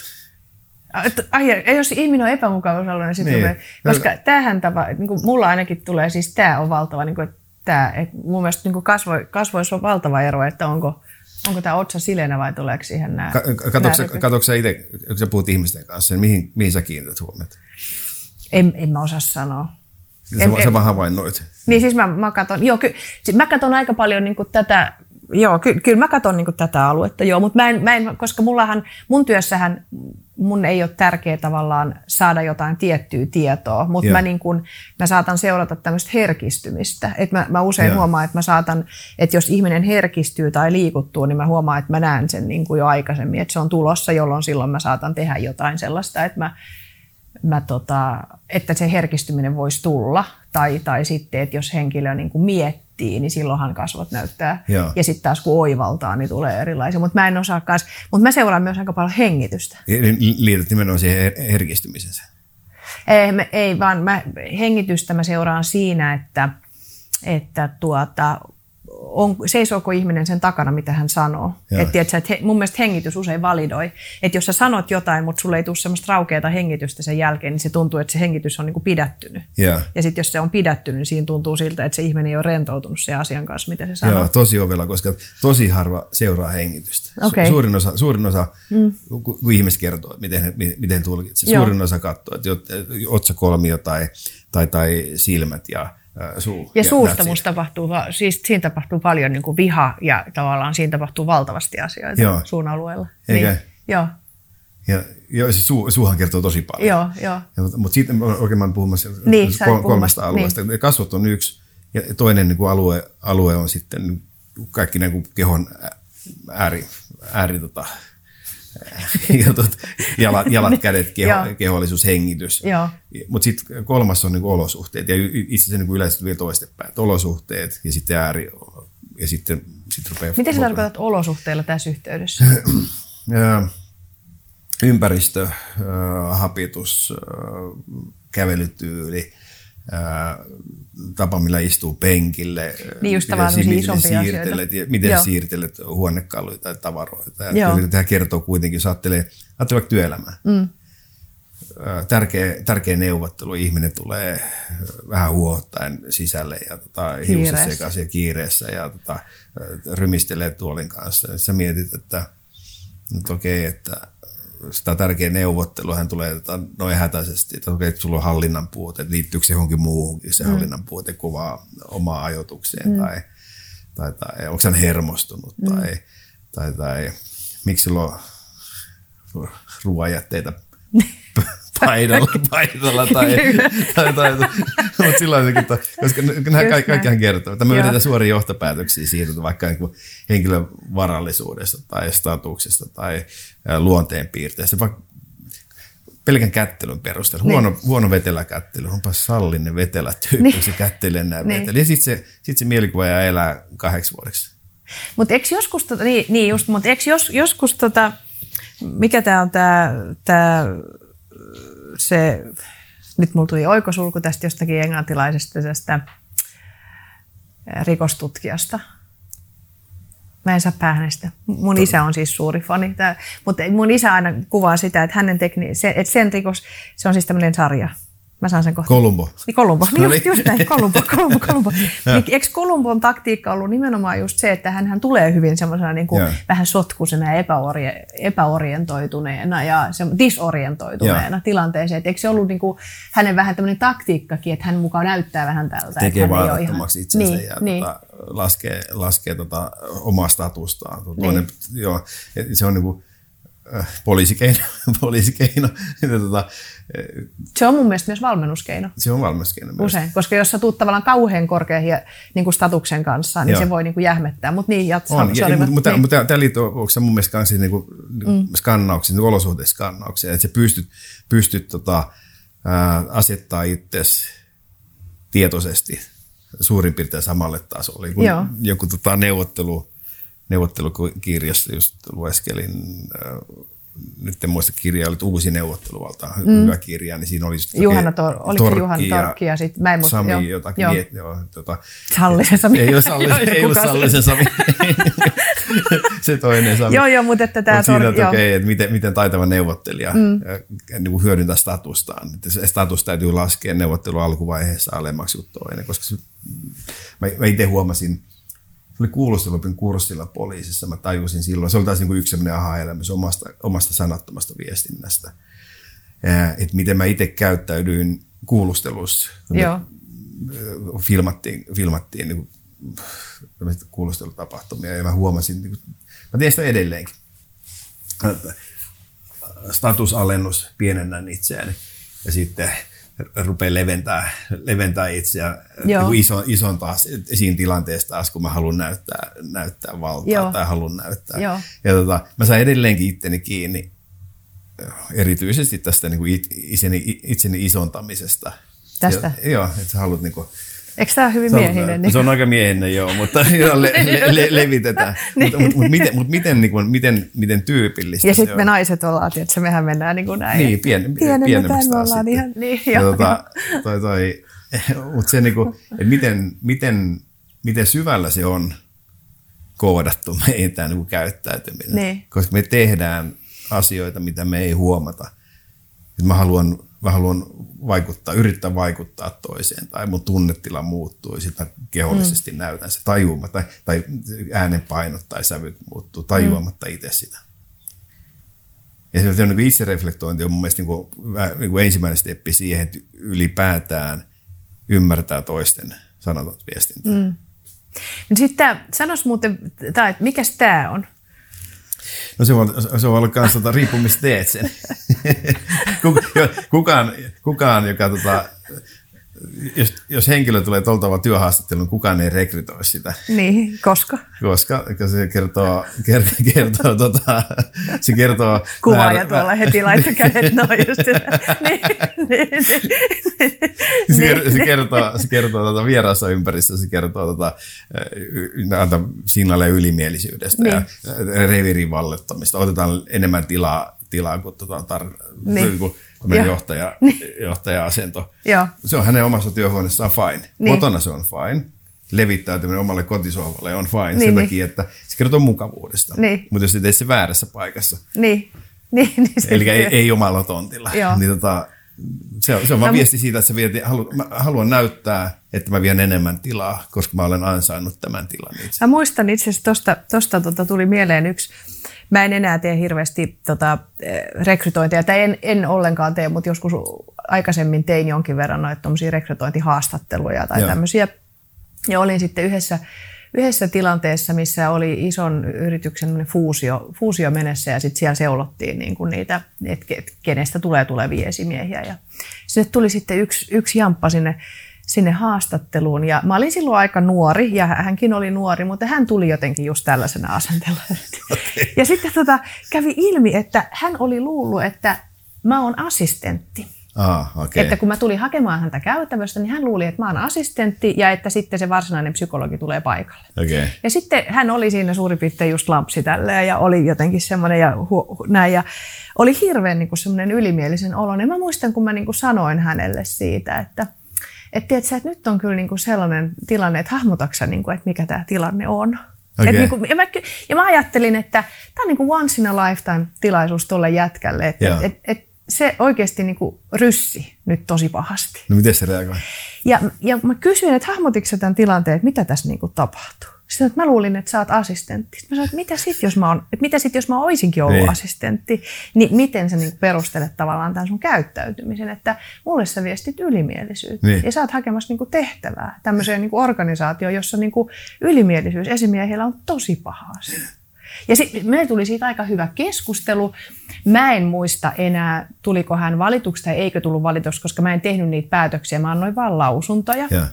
Ai, jos ihminen on epämukavuusalueella, niin sitten niin. Rupeaa, koska tämähän tapa, niin kuin mulla ainakin tulee, siis tämä on valtava, niin kuin, tämä, että mun mielestä niin kuin kasvo, kasvoissa on valtava ero, että onko, onko tämä otsa sileänä vai tuleeko siihen nämä. Katsoitko sä itse, kun sä puhut ihmisten kanssa, niin mihin, mihin sä kiinnität huomiota? En, en mä osaa sanoa. Sä, en, sä vaan havainnoit. Niin siis mä, mä katson, joo, ky, siis mä katson aika paljon niin kuin tätä. Joo, ky- kyllä mä katson niin tätä aluetta, joo, mutta mä en, mä en, koska mullahan, mun työssähän mun ei ole tärkeää tavallaan saada jotain tiettyä tietoa, mutta mä, niin kun, mä saatan seurata tämmöistä herkistymistä. Et mä, mä usein joo. huomaan, että mä saatan, että jos ihminen herkistyy tai liikuttuu, niin mä huomaan, että mä näen sen niin kuin jo aikaisemmin, että se on tulossa, jolloin silloin mä saatan tehdä jotain sellaista, että mä, mä tota, että se herkistyminen voisi tulla. Tai, tai sitten, että jos henkilö niin kuin miettii, niin silloinhan kasvot näyttää. Joo. Ja sitten taas kun oivaltaa, niin tulee erilaisia. Mutta mä en osaa kanssa. Mutta mä seuraan myös aika paljon hengitystä. Liität nimenomaan siihen herkistymisensä? Ei, ei vaan mä, hengitystä mä seuraan siinä, että, että tuota, on, seisooko ihminen sen takana, mitä hän sanoo. Et, tiedätkö, et he, mun mielestä hengitys usein validoi. Että jos sä sanot jotain, mutta sulle ei tule semmoista raukeata hengitystä sen jälkeen, niin se tuntuu, että se hengitys on niinku pidättynyt. Yeah. Ja sitten jos se on pidättynyt, niin siinä tuntuu siltä, että se ihminen ei ole rentoutunut sen asian kanssa, mitä se sanoo. Joo, tosi ovella, koska tosi harva seuraa hengitystä. Okay. Suurin osa, suurin osa mm. kun ihmiset kertoo, miten, miten tulkitsee, suurin osa katsoo, että otsakolmio tai, tai, tai silmät ja Suu, ja, ja suusta musta tapahtuu, siis siinä tapahtuu paljon niin kuin viha ja tavallaan siinä tapahtuu valtavasti asioita joo. suun alueella. Eikä? Niin, joo. Ja, ja siis suu, suuhan kertoo tosi paljon. Joo, joo. Ja, mutta sitten oikein mä oon puhumassa niin, kol, kolmesta alueesta. Niin. Kasvot on yksi ja toinen niin kuin alue, alue on sitten kaikki niin kuin kehon ääri, ääri tota, jalat, jalat, kädet, keho, kehollisuus, hengitys. Mutta sitten kolmas on niinku olosuhteet ja itse asiassa niinku yleisesti vielä toistepäin. Olosuhteet ja sitten ääri ja sitten sit rupeaa... Miten sä tarkoitat olosuhteilla tässä yhteydessä? Ympäristö, hapitus, kävelytyyli, tapa, millä istuu penkille, niin just miten, miten, siirtelet, miten Joo. siirtelet huonekaluja tai tavaroita. Tämä kertoo kuitenkin, jos ajattelee, ajattelee vaikka työelämää. Mm. Tärkeä, tärkeä neuvottelu, ihminen tulee vähän huohottaen sisälle ja tota, hiuset sekaisin ja kiireessä ja tota, rymistelee tuolin kanssa. Ja sä mietit, että nyt okei, okay, että sitä tärkeä neuvottelu, hän tulee noin hätäisesti, että okei, että sulla on hallinnan puute, että liittyykö se johonkin muuhunkin se mm. hallinnan puute kuvaa omaa ajatukseen, mm. tai, tai, tai onko hän hermostunut, mm. tai, tai, tai miksi sillä on ruoanjätteitä paidalla, paidalla tai, tai, tai, mutta silloin sekin, koska nämä kaikki, kaikkihan kertoo, että me vedetään suoria johtopäätöksiä siitä, vaikka niin henkilön varallisuudesta tai statuksesta tai luonteenpiirteestä, vaikka pelkän kättelyn perusteella. Huono, niin. huono veteläkättely, onpa sallinen vetelätyyppi, niin. se kättelee näin niin. vetellä. Ja sitten se, sit se mielikuva jää elää kahdeksi vuodeksi. Mutta eikö joskus, tota, niin, niin just, mutta eikö jos, joskus, tota, mikä tämä on tämä, se, nyt mulla tuli oikosulku tästä jostakin englantilaisesta tästä rikostutkijasta. Mä en saa päähän sitä. Mun isä on siis suuri fani. Tää, mutta mun isä aina kuvaa sitä, että hänen tekni, se, että sen rikos, se on siis tämmöinen sarja. Mä saan sen kohta. Columbo. Niin Columbo. Niin just, just näin. Columbo, Columbo, Columbo. Niin, eikö Columbon taktiikka ollut nimenomaan just se, että hän tulee hyvin semmoisena niin kuin vähän sotkusena ja epäori- epäorientoituneena ja disorientoituneena ja. tilanteeseen. Et eikö se ollut niin kuin hänen vähän tämmöinen taktiikkakin, että hän mukaan näyttää vähän tältä. Tekee vaarattomaksi itsensä niin, ja niin. Tota, laskee, laskee tota, omaa statustaan. Toinen, niin. joo, se on niin kuin poliisikeino. poliisikeino. tota, se on mun mielestä myös valmennuskeino. Se on valmennuskeino myös. Usein, koska jos sä tuut tavallaan kauhean korkean niin kuin statuksen kanssa, niin Joo. se voi niin kuin jähmättää. Mutta niin, jat, on, sorry, ja, mutta niin. mut tämä liittyy, onko se mun mielestä myös niin mm. skannauksia, niin olosuhteiskannauksia, että sä pystyt, pystyt tota, ää, asettaa itsesi tietoisesti suurin piirtein samalle tasolle. Kun Joo. joku tota, neuvottelu, neuvottelukirjassa just lueskelin, äh, nyt en muista kirjaa, oli Uusi neuvotteluvalta, mm. hyvä kirja, niin siinä oli Juhana Tor- oliko Juhana Torkki ja sitten mä en muista. Sami joo, jotakin. joo. Miet, joo, tota, Sallisen Sami. Ei ole Sallisen, ei ole Sallisen Sami. Se toinen Sami. Joo, joo, mutta että tämä... Siinä, että okei, että miten, miten taitava neuvottelija mm. niin kuin hyödyntää statustaan. Että se status täytyy laskea neuvottelun alkuvaiheessa alemmaksi juttua, koska se, mä, mä itse huomasin, se oli kuulustelupin kurssilla poliisissa, mä tajusin silloin, se oli taas niin kuin yksi sellainen aha-elämys omasta, omasta sanattomasta viestinnästä. Että miten mä itse käyttäydyin kuulustelussa, kun filmattiin, filmattiin niin kuin kuulustelutapahtumia ja mä huomasin, niin kuin, mä teen sitä edelleenkin. Statusalennus, pienennän itseäni ja sitten rupeaa leventää, leventää itseä niin ison, ison taas siinä tilanteessa taas, kun mä haluan näyttää, näyttää valtaa Joo. tai haluan näyttää. Joo. Ja tota, mä saan edelleenkin itteni kiinni erityisesti tästä niin kuin itseni, itseni isontamisesta. Tästä? Ja, joo, että sä haluat... Niin kuin, eikö tämä ole hyvin miehinen? Niin? Se on aika miehinen, joo, mutta joo, le, le, le, levitetään. niin. Mutta mut, mut miten, mut miten, niin kuin, miten, miten tyypillistä ja sitten me naiset ollaan, että mehän mennään niin kuin näin. Niin, pien, pienemmästä ollaan ihan, niin, joo. Tota, toi, toi, mutta se, niin kuin, että miten, miten, miten syvällä se on koodattu meidän tämä niin kuin käyttäytyminen. Niin. Koska me tehdään asioita, mitä me ei huomata. Mä haluan... Mä haluan vaikuttaa, yrittää vaikuttaa toiseen, tai mun tunnetila muuttuu, sitä kehollisesti mm. näytän se tajuamatta, tai, tai äänenpainot tai sävyt muuttuu, tajuamatta mm. itse sitä. Ja se on niin kuin itsereflektointi on mun mielestä niin kuin, niin kuin ensimmäinen steppi siihen, että ylipäätään ymmärtää toisten sanatonta viestintää. Mm. No sitten sanois muuten, tai, että mikäs tää on? No se on, se on ollut myös tota, riippumista teet sen. kukaan, kukaan, joka, tota, jos, jos henkilö tulee tuolta työhaastatteluun, kukaan ei rekrytoi sitä. Niin, koska? Koska se kertoo, kertoo, kertoo, tota, se kertoo... Kuvaaja mä, tuolla mä, heti laittaa kädet noin just. niin, niin, niin. Se kertoo, se kertoo tota, vieraassa ympäristössä, se kertoo tota, antaa signaaleja ylimielisyydestä niin. ja reviirin vallettamista. Otetaan enemmän tilaa, tilaa kuin tota, tar- niin. johtaja, johtaja-asento. Joo. Se on hänen omassa työhuoneessaan fine. Niin. Kotona se on fine. Levittäytyminen omalle kotisohvalle on fine. Niin, sen niin. takia, että se kertoo mukavuudesta. Niin. Mutta jos se teet se väärässä paikassa. Niin. Niin, niin eli ei, ei omalla tontilla. Niin, tota, se on, se on vaan no, viesti siitä, että sä viet, halu, mä haluan näyttää, että mä vien enemmän tilaa, koska mä olen ansainnut tämän tilan itse. Mä muistan itse asiassa, tuosta, tuosta tuota, tuli mieleen yksi mä en enää tee hirveästi tota, rekrytointeja, tai en, en ollenkaan tee, mutta joskus aikaisemmin tein jonkin verran noita tommosia rekrytointihaastatteluja tai Joo. tämmöisiä. Ja olin sitten yhdessä, yhdessä tilanteessa, missä oli ison yrityksen fuusio, fuusio menessä ja sitten siellä seulottiin niin kuin niitä, että kenestä tulee tulevia esimiehiä. Ja sinne tuli sitten yksi, yksi jamppa sinne, sinne haastatteluun ja mä olin silloin aika nuori ja hänkin oli nuori, mutta hän tuli jotenkin just tällaisena asenteella. Okay. Ja sitten tota, kävi ilmi, että hän oli luullut, että mä oon assistentti. Ah, okay. Että kun mä tulin hakemaan häntä käytävästä, niin hän luuli, että mä oon assistentti ja että sitten se varsinainen psykologi tulee paikalle. Okay. Ja sitten hän oli siinä suurin piirtein just lampsi tälleen ja oli jotenkin semmoinen ja hu- näin ja oli hirveän niin kuin semmoinen ylimielisen olo. Ja mä muistan, kun mä niin kuin sanoin hänelle siitä, että että tiedätkö, että nyt on kyllä niin kuin sellainen tilanne, että hahmotatko niin kuin, että mikä tämä tilanne on. Okay. Et niin kuin, ja, mä, ja mä ajattelin, että tämä on niin kuin once in a lifetime tilaisuus tuolle jätkälle, että et, et, et se oikeasti niin kuin ryssi nyt tosi pahasti. No miten se reagoi? Ja, ja mä kysyin, että hahmotitko sä tämän tilanteen, että mitä tässä niin kuin tapahtuu? Sitten että mä luulin, että sä oot assistentti. Sitten mä sanoin, että mitä sitten, jos mä, on, että mitä sit, jos mä oisinkin ollut niin. assistentti, niin miten sä niin kuin perustelet tavallaan tämän sun käyttäytymisen, että mulle sä viestit ylimielisyyttä. Niin. Ja sä oot hakemassa niin kuin tehtävää tämmöiseen niin kuin organisaatioon, jossa niin kuin ylimielisyys esimiehillä on tosi paha asia. Ja sitten meille tuli siitä aika hyvä keskustelu. Mä en muista enää, tuliko hän valituksi tai eikö tullut valituksi, koska mä en tehnyt niitä päätöksiä. Mä annoin vaan lausuntoja. Yeah.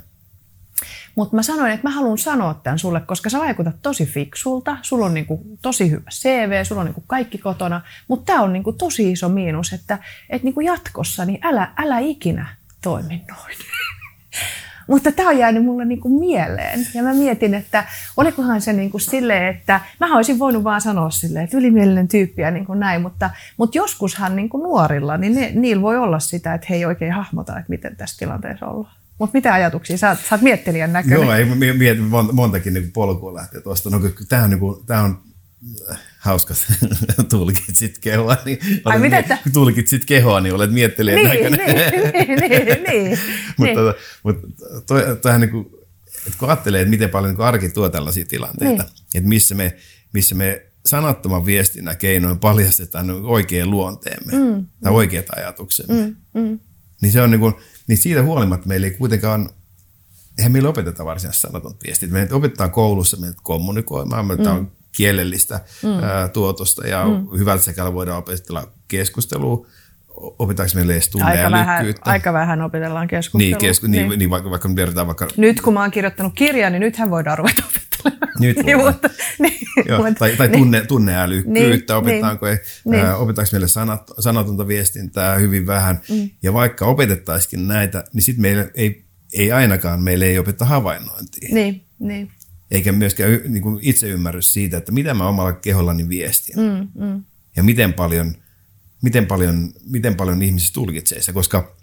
Mutta mä sanoin, että mä haluan sanoa tämän sulle, koska sä vaikutat tosi fiksulta. Sulla on niinku tosi hyvä C V, sulla on niinku kaikki kotona. Mutta tää on niinku tosi iso miinus, että et niinku jatkossa niin älä, älä ikinä toimi noin. Mutta tämä on jäänyt mulle niinku mieleen. Ja mä mietin, että olikohan se niinku silleen, että mä olisin voinut vaan sanoa silleen, että ylimielinen tyyppi ja niinku näin. Mutta, mutta joskushan niinku nuorilla, niin ne, niillä voi olla sitä, että he ei oikein hahmota, että miten tässä tilanteessa ollaan. Mutta mitä ajatuksia? Sä, sä oot miettelijän näköinen. Joo, ei, mä mietin montakin niinku polkua lähtee tuosta. No, tämä on, niinku, tää on hauska, tulkitsit kehoa. Niin Ai mitä, että? Tulkitsit kehoa, niin olet miettelijän niin, näköinen. Niin, niin, niin. Mutta niin. Mut toi, toi, niinku, et kun ajattelee, että miten paljon niin arki tuo tällaisia tilanteita, niin. että missä me, missä me sanattoman viestinnän keinoin paljastetaan oikean luonteemme mm, tai mm. oikeat ajatuksemme, mm, mm. niin se on niin kuin, niin siitä huolimatta meillä ei kuitenkaan, eihän meillä opeteta varsinaisesti sanotut viestit. Me opetetaan koulussa meidät kommunikoimaan, me opetetaan mm. kielellistä mm. ää, tuotosta ja mm. hyvältä sekällä voidaan opetella keskustelua. Opetaanko meille edes tunneälykkyyttä? Aika vähän opetellaan keskustelua. Niin, kesku, niin. Niin, niin vaikka, vaikka me verrataan vaikka... Nyt kun mä oon kirjoittanut kirjaa, niin nythän voidaan ruveta opettelemaan. Nyt niin, mutta, niin, Joo, mutta, tai tai niin, tunne, tunneälykkyyttä. Niin, opetetaanko, niin, ää, opetaanko meille sanat, sanatonta viestintää hyvin vähän. Mm. Ja vaikka opetettaisikin näitä, niin sitten meillä ei, ei ainakaan meille ei opeta havainnointia. Niin, niin. Eikä myöskään niin kuin itseymmärrys siitä, että mitä mä omalla kehollani viestin. Mm, mm. Ja miten paljon... Miten paljon, miten paljon ihmiset tulkitsee sitä, koska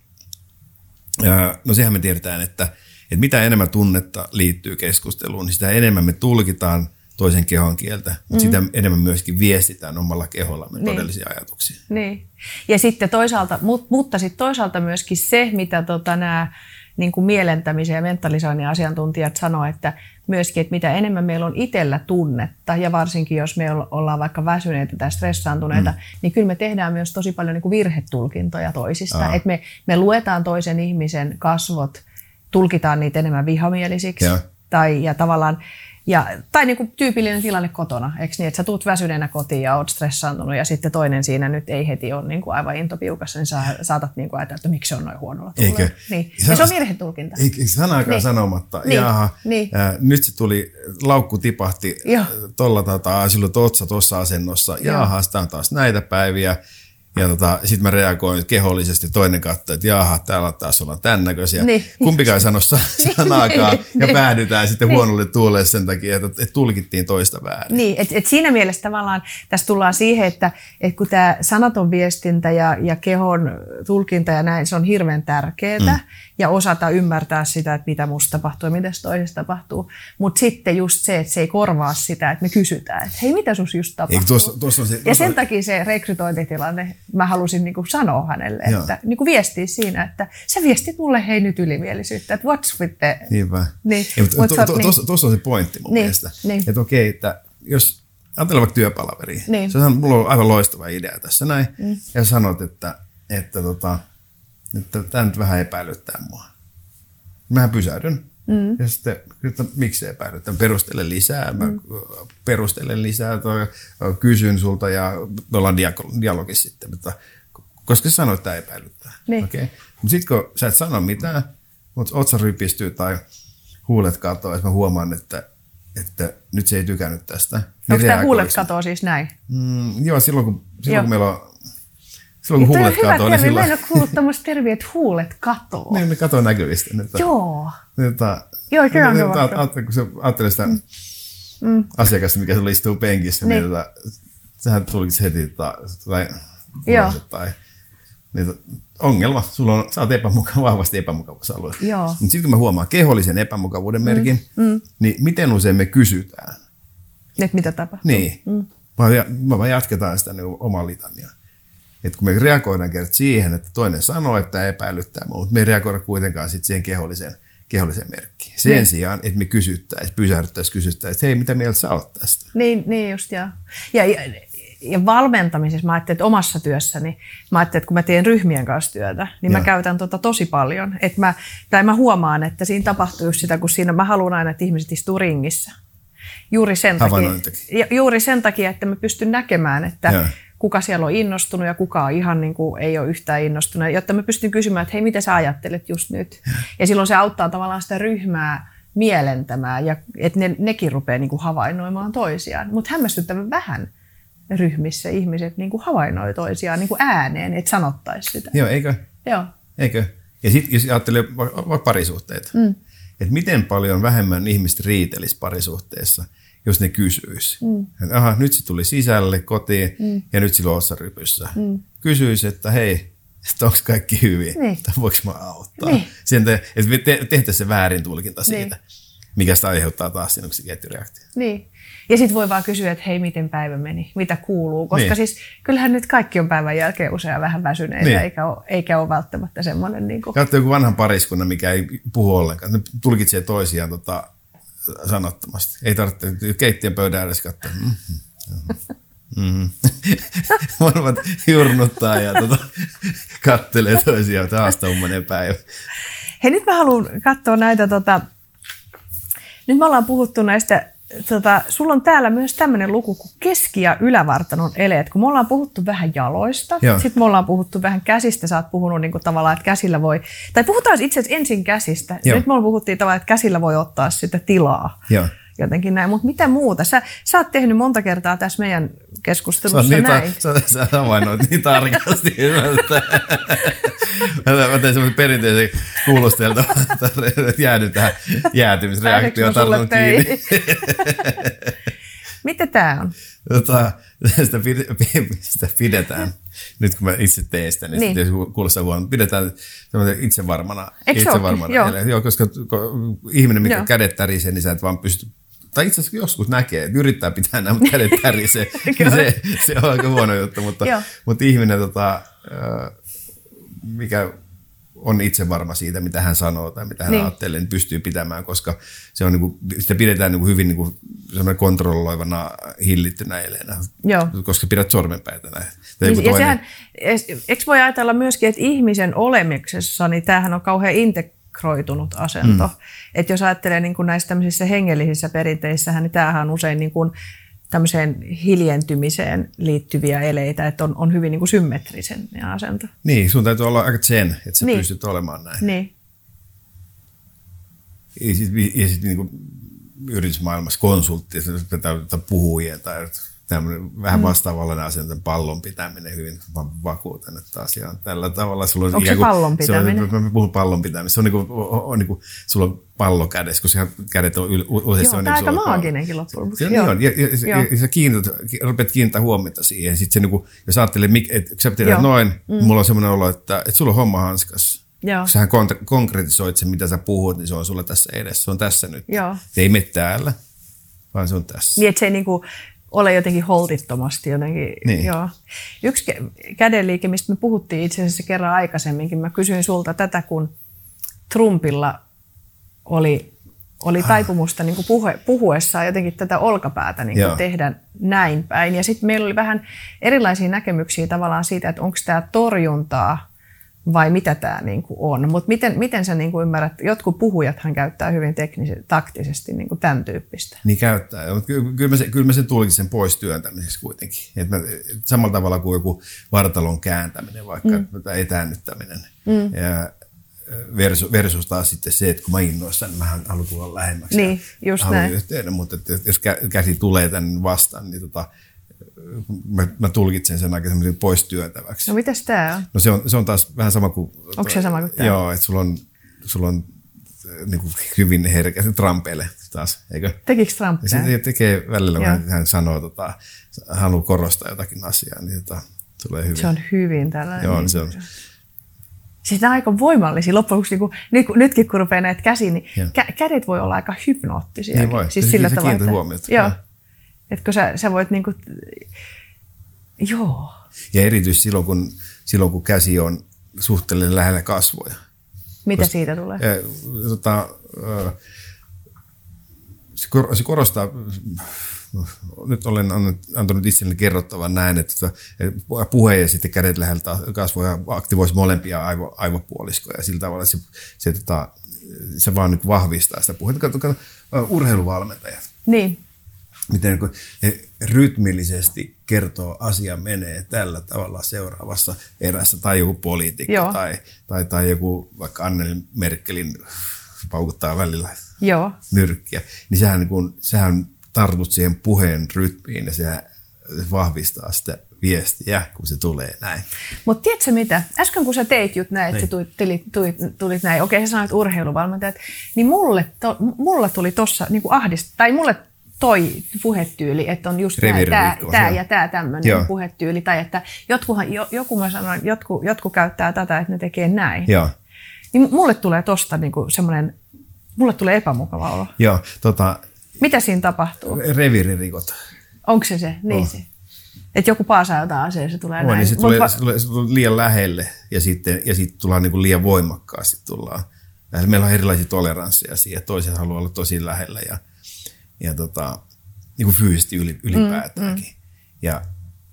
ää, no sehän me tiedetään, että, että mitä enemmän tunnetta liittyy keskusteluun, niin sitä enemmän me tulkitaan toisen kehon kieltä, mutta mm. sitä enemmän myöskin viestitään omalla kehollamme niin. todellisia ajatuksia. Niin. Ja sitten toisaalta, mutta sitten toisaalta myöskin se, mitä tota nämä niin kuin mielentämisen ja mentalisoinnin asiantuntijat sanoo, että myöskin, että mitä enemmän meillä on itsellä tunnetta, ja varsinkin jos me ollaan vaikka väsyneitä tai stressaantuneita, mm. niin kyllä me tehdään myös tosi paljon niin kuin virhetulkintoja toisista. Että me, me luetaan toisen ihmisen kasvot, tulkitaan niitä enemmän vihamielisiksi, ja, tai, ja tavallaan, ja, tai niin kuin tyypillinen tilanne kotona, eikö niin, että sä tuut väsyneenä kotiin ja oot stressaantunut, ja sitten toinen siinä nyt ei heti ole niin kuin aivan intopiukassa, niin sä saatat niin kuin ajatella, että miksi se on noin huonolla tulla. Niin. Ja se on virhetulkinta. Eikö sanaakaan niin. sanomatta? Niin. Jaha, niin. Äh, nyt se tuli, laukku tipahti tuolla tota, silloin otsa tuossa asennossa. Jaha, sitä on taas näitä päiviä. Ja tota, sitten mä reagoin kehollisesti, toinen katsoi, että jaha, täällä taas ollaan tämän näköisiä. Niin. Kumpikaan ei sano sanaakaan ja päädytään sitten niin. huonolle tuuleen sen takia, että, että tulkittiin toista väärin. Niin, että et siinä mielessä tavallaan tässä tullaan siihen, että et kun tämä sanaton viestintä ja, ja kehon tulkinta ja näin, se on hirveän tärkeää mm. ja osata ymmärtää sitä, että mitä musta tapahtuu ja mitä toisesta tapahtuu. Mutta sitten just se, että se ei korvaa sitä, että me kysytään, että hei, mitä sus just tapahtuu? Tuossa, tuossa se, ja sen takia se rekrytointitilanne, mä halusin niinku sanoa hänelle, Joo. että niinku viestiä siinä, että sä viestit mulle hei nyt ylimielisyyttä, että what's with the... Niinpä. Niin, tuossa to, to, to, niin. on se pointti mun niin, mielestä. Niin. Että okei, että jos ajatellaan vaikka työpalaveriin. Niin. Sä sanot, mulla on aivan loistava idea tässä näin. Mm. Ja sanot, että, että, tota, että tämä nyt vähän epäilyttää mua. Mähän pysähdyn. Mm. Ja sitten, että miksi epäilyttää? Perustelen lisää. Mä mm. perustelen lisää. Tai kysyn sulta ja me ollaan dialogissa sitten. Mutta, koska sä sanoit, että tämä epäilyttää. Niin. Okay. Mutta sitten kun sä et sano mitään, mutta otsa rypistyy tai huulet katoaa, että mä huomaan, että, että nyt se ei tykännyt tästä. Niin onko tämä huulet katoaa siis näin? Mm, joo, silloin kun, silloin joo. kun meillä on silloin, kun huulet katoaa. Hyvä termi, silloin... mä en ole kuullut tämmöistä terviä, että huulet katoaa. Niin, ne katoaa näkyvistä. Nyt, joo. Nyt, joo, kyllä on hyvä. Kun sä ajattelee sitä mm. asiakasta, mikä sulla istuu penkissä, niin, niin tota, sähän tulkitsi heti tai, tai, tai niin, ongelma. Sulla on, sä oot epämuka, vahvasti epämukavuusalueella. Mutta sitten kun mä huomaan kehollisen epämukavuuden merkin, mm. Mm. niin miten usein me kysytään? Että mitä tapahtuu? Niin. Mm. Mä vaan jatketaan sitä niin omaa litaniaa. Että kun me reagoidaan kertaa siihen, että toinen sanoo, että epäilyttää, mutta me ei reagoida kuitenkaan sit siihen keholliseen, keholliseen merkkiin. Sen niin. sijaan, että me kysyttäisiin, pysähdyttäisiin, kysyttäisiin, että hei, mitä mieltä sä oot tästä? Niin, niin just, joo. Ja, ja, ja valmentamisessa mä ajattelin, että omassa työssäni, mä ajattelin, että kun mä teen ryhmien kanssa työtä, niin joo. mä käytän tota tosi paljon. Että mä, tai mä huomaan, että siinä tapahtuu just sitä, kun siinä mä haluan aina, että ihmiset istuu ringissä. Juuri sen, takia, juuri sen takia, että mä pystyn näkemään, että joo. kuka siellä on innostunut ja kuka on ihan niin kuin ei ole yhtään innostunut, jotta mä pystyn kysymään, että hei, mitä sä ajattelet just nyt? Ja, ja silloin se auttaa tavallaan sitä ryhmää mielentämään ja että ne, nekin rupeaa niin kuin havainnoimaan toisiaan. Mutta hämmästyttävän vähän ryhmissä ihmiset niin kuin havainnoi toisiaan niin kuin ääneen, että sanottaisi sitä. Joo, eikö? Joo. Eikö? Ja sitten jos ajattelee vaikka parisuhteita, mm. että miten paljon vähemmän ihmiset riitelisi parisuhteessa, jos ne kysyisi. Mm. Aha, nyt se tuli sisälle kotiin mm. ja nyt sillä on ossarypyssä. Mm. Kysyisi, että hei, että onko kaikki hyvin? Niin. Tai voiko mä auttaa? Niin. Te, että me te, tehtäisiin se väärin tulkinta siitä, niin. mikä sitä aiheuttaa taas sinun ketjureaktio. Niin. Ja sitten voi vaan kysyä, että hei, miten päivä meni? Mitä kuuluu? Koska niin. siis kyllähän nyt kaikki on päivän jälkeen usein vähän väsyneitä, niin. eikä, ole, eikä ole välttämättä semmoinen... Niin kuin... Katso joku vanhan pariskunnan, mikä ei puhu ollenkaan. Ne tulkitsee toisiaan tota, sanottomasti. Ei tarvitse keittiön pöydän edes katsoa. Mm-hmm. Mm-hmm. Molemmat jurnuttaa ja tota, kattelee toisiaan. Taas tommoinen päivä. Hei, nyt mä haluan katsoa näitä... Tota... Nyt me ollaan puhuttu näistä... Tota, sulla on täällä myös tämmöinen luku kuin keski- ja ylävartalon eleet, kun me ollaan puhuttu vähän jaloista, sitten me ollaan puhuttu vähän käsistä, sä oot puhunut niin kuin tavallaan, että käsillä voi, tai puhutaan itse asiassa ensin käsistä, Joo. nyt me puhuttiin tavallaan, että käsillä voi ottaa sitä tilaa, Joo. jotenkin näin, mutta mitä muuta? Sä, sä oot tehnyt monta kertaa tässä meidän keskustelussa sä näin. Sä, sä havainnoit niin tarkasti, mä tein semmoisen perinteisen kuulustelta, että jäädy tähän jäätymisreaktioon, tartun kiinni. Mitä tää on? Tota, sitä, sitä pidetään, nyt kun mä itse teen sitä, niin, niin. kuulostaa huono, pidetään itsevarmana. itsevarmana Joo. Joo, koska ihminen, mikä Joo. kädet tärisee, niin sä et vaan pysty, tai itse asiassa joskus näkee, että yrittää pitää nämä, mutta kädet tärisee. se, se on aika huono juttu, mutta, mutta ihminen, tota, mikä on itse varma siitä, mitä hän sanoo tai mitä hän niin. ajattelee, niin pystyy pitämään, koska se on, niin kuin, sitä pidetään niin kuin hyvin niin kuin kontrolloivana, hillittynä eleenä, Joo. koska pidät sormenpäitä näin. Niin, ja sehän, eikö voi ajatella myöskin, että ihmisen olemuksessa, niin tämähän on kauhean integroitunut asento. Mm. Että jos ajattelee niin kuin näissä tämmöisissä hengellisissä perinteissähän, niin tämähän on usein niin kuin tämmöiseen hiljentymiseen liittyviä eleitä, että on, on hyvin niin kuin symmetrisen asento. Niin, sun täytyy olla aika zen, että sä niin. pystyt olemaan näin. Niin. Ja sitten sit niin yritysmaailmassa konsultti, tai puhujia tai tämmöinen vähän vastaavallainen asento, pallon pitäminen hyvin vakuutan, että asia on tällä tavalla. Sulla on Onko se pallon pitäminen? Se on, mä puhun pallon pitämistä. Se on niin kuin, on, on niin kuin, sulla on pallo kädessä, kun kädet on usein. Joo, tämä on aika maaginenkin loppujen lopuksi. Se on, ja, ja, ja, ja sä kiinnität, rupeat kiinnittää huomiota siihen. Sitten se, niin kuin, jos ajattelee, että sä tiedät noin, mm. mulla on semmoinen olo, että, että sulla on homma hanskas. Joo. Kun sähän konkretisoit sen, mitä sä puhut, niin se on sulla tässä edessä. Se on tässä nyt. Joo. Ei mene täällä, vaan se on tässä. Niin, että se ei niin kuin ole jotenkin holtittomasti jotenkin. Niin. Joo. Yksi kädenliike, mistä me puhuttiin itse asiassa kerran aikaisemminkin. Mä kysyin sulta tätä, kun Trumpilla oli oli taipumusta niin kuin puhe, puhuessaan jotenkin tätä olkapäätä niin kuin tehdä näin päin. Ja sitten meillä oli vähän erilaisia näkemyksiä tavallaan siitä, että onko tämä torjuntaa vai mitä tämä niin kuin on. Mutta miten, miten sä niin kuin ymmärrät, jotkut puhujathan käyttää hyvin teknisesti, taktisesti niin kuin tämän tyyppistä. Niin käyttää, mutta kyllä mä sen, kyllä mä sen tulkitsen pois työntämiseksi kuitenkin. Et mä, samalla tavalla kuin joku vartalon kääntäminen vaikka, mm. tai etäännyttäminen. Mm. Ja versus, versus taas sitten se, että kun mä innoissaan, niin mä haluan tulla lähemmäksi. Niin, just näin. Yhteyden, mutta että jos käsi tulee tänne vastaan, niin tota, Mä, mä tulkitsen sen aika semmoisen pois työntäväksi. No mitäs tää on? No se on, se on taas vähän sama kuin... Onko se sama kuin tää? Joo, että sulla on, sulla on niin kuin hyvin herkä, se Trumpele taas, eikö? Tekikö Trump tää? Se tekee välillä, kun hän sanoo, tota, haluaa korostaa jotakin asiaa, niin tota, tulee hyvin. Se on hyvin tällainen. Joo, niin se on. Siis nämä on aika voimallisia. Loppujen lopuksi, niin kun, nytkin kun rupeaa näitä käsiä, niin kä- kädet voi olla aika hypnoottisia. Niin voi, siis se, sillä se tavalla, kiinnität että, huomiota. Joo. Että kun sä, sä voit niinku, joo. Ja erityisesti silloin kun, silloin, kun käsi on suhteellisen lähellä kasvoja. Mitä Koska, siitä tulee? Ja, tota, se, kor, se korostaa, nyt olen antanut itselleni kerrottavan näin, että puhe ja sitten kädet läheltä kasvoja aktivoisi molempia aivo, aivopuoliskoja. Ja sillä tavalla se, se, tota, se vaan nyt vahvistaa sitä puhetta. Katso, katso, urheiluvalmentajat. Niin. Miten he rytmillisesti kertoo, asia menee tällä tavalla seuraavassa erässä, tai joku poliitikko, tai, tai, tai joku vaikka Anneli Merkelin paukuttaa välillä Joo. nyrkkiä, niin sehän, kun, sehän tartut siihen puheen rytmiin, ja se vahvistaa sitä viestiä, kun se tulee näin. Mutta tiedätkö mitä? Äsken kun sä teit just näin, että tulit, tulit, tulit, tulit näin, okei sä sanoit urheiluvalmentajat, niin mulle, to, mulla tuli tossa niin kuin ahdist, tai mulle toi puhetyyli, että on just tämä, tämä ja tämä tämmöinen puhetyyli, tai että jotkuhan, joku mä sanoin, jotkut, jotkut käyttää tätä, että ne tekee näin. Joo. Niin mulle tulee tosta niinku semmoinen, mulle tulee epämukava olo. Joo, tota... Mitä siinä tapahtuu? Reviiririkot. Onko se se? Niin oh. se. Että joku paasaa jotain asiaa, se tulee oh, näin. Niin se, tulee, va- se, tulee, se tulee liian lähelle ja sitten, ja sitten tullaan niinku liian voimakkaasti. Tullaan. Meillä on erilaisia toleransseja siihen. Toiset haluaa olla tosi lähellä ja ja tota, niin kuin fyysisesti ylipäätäänkin. Mm, mm. Ja,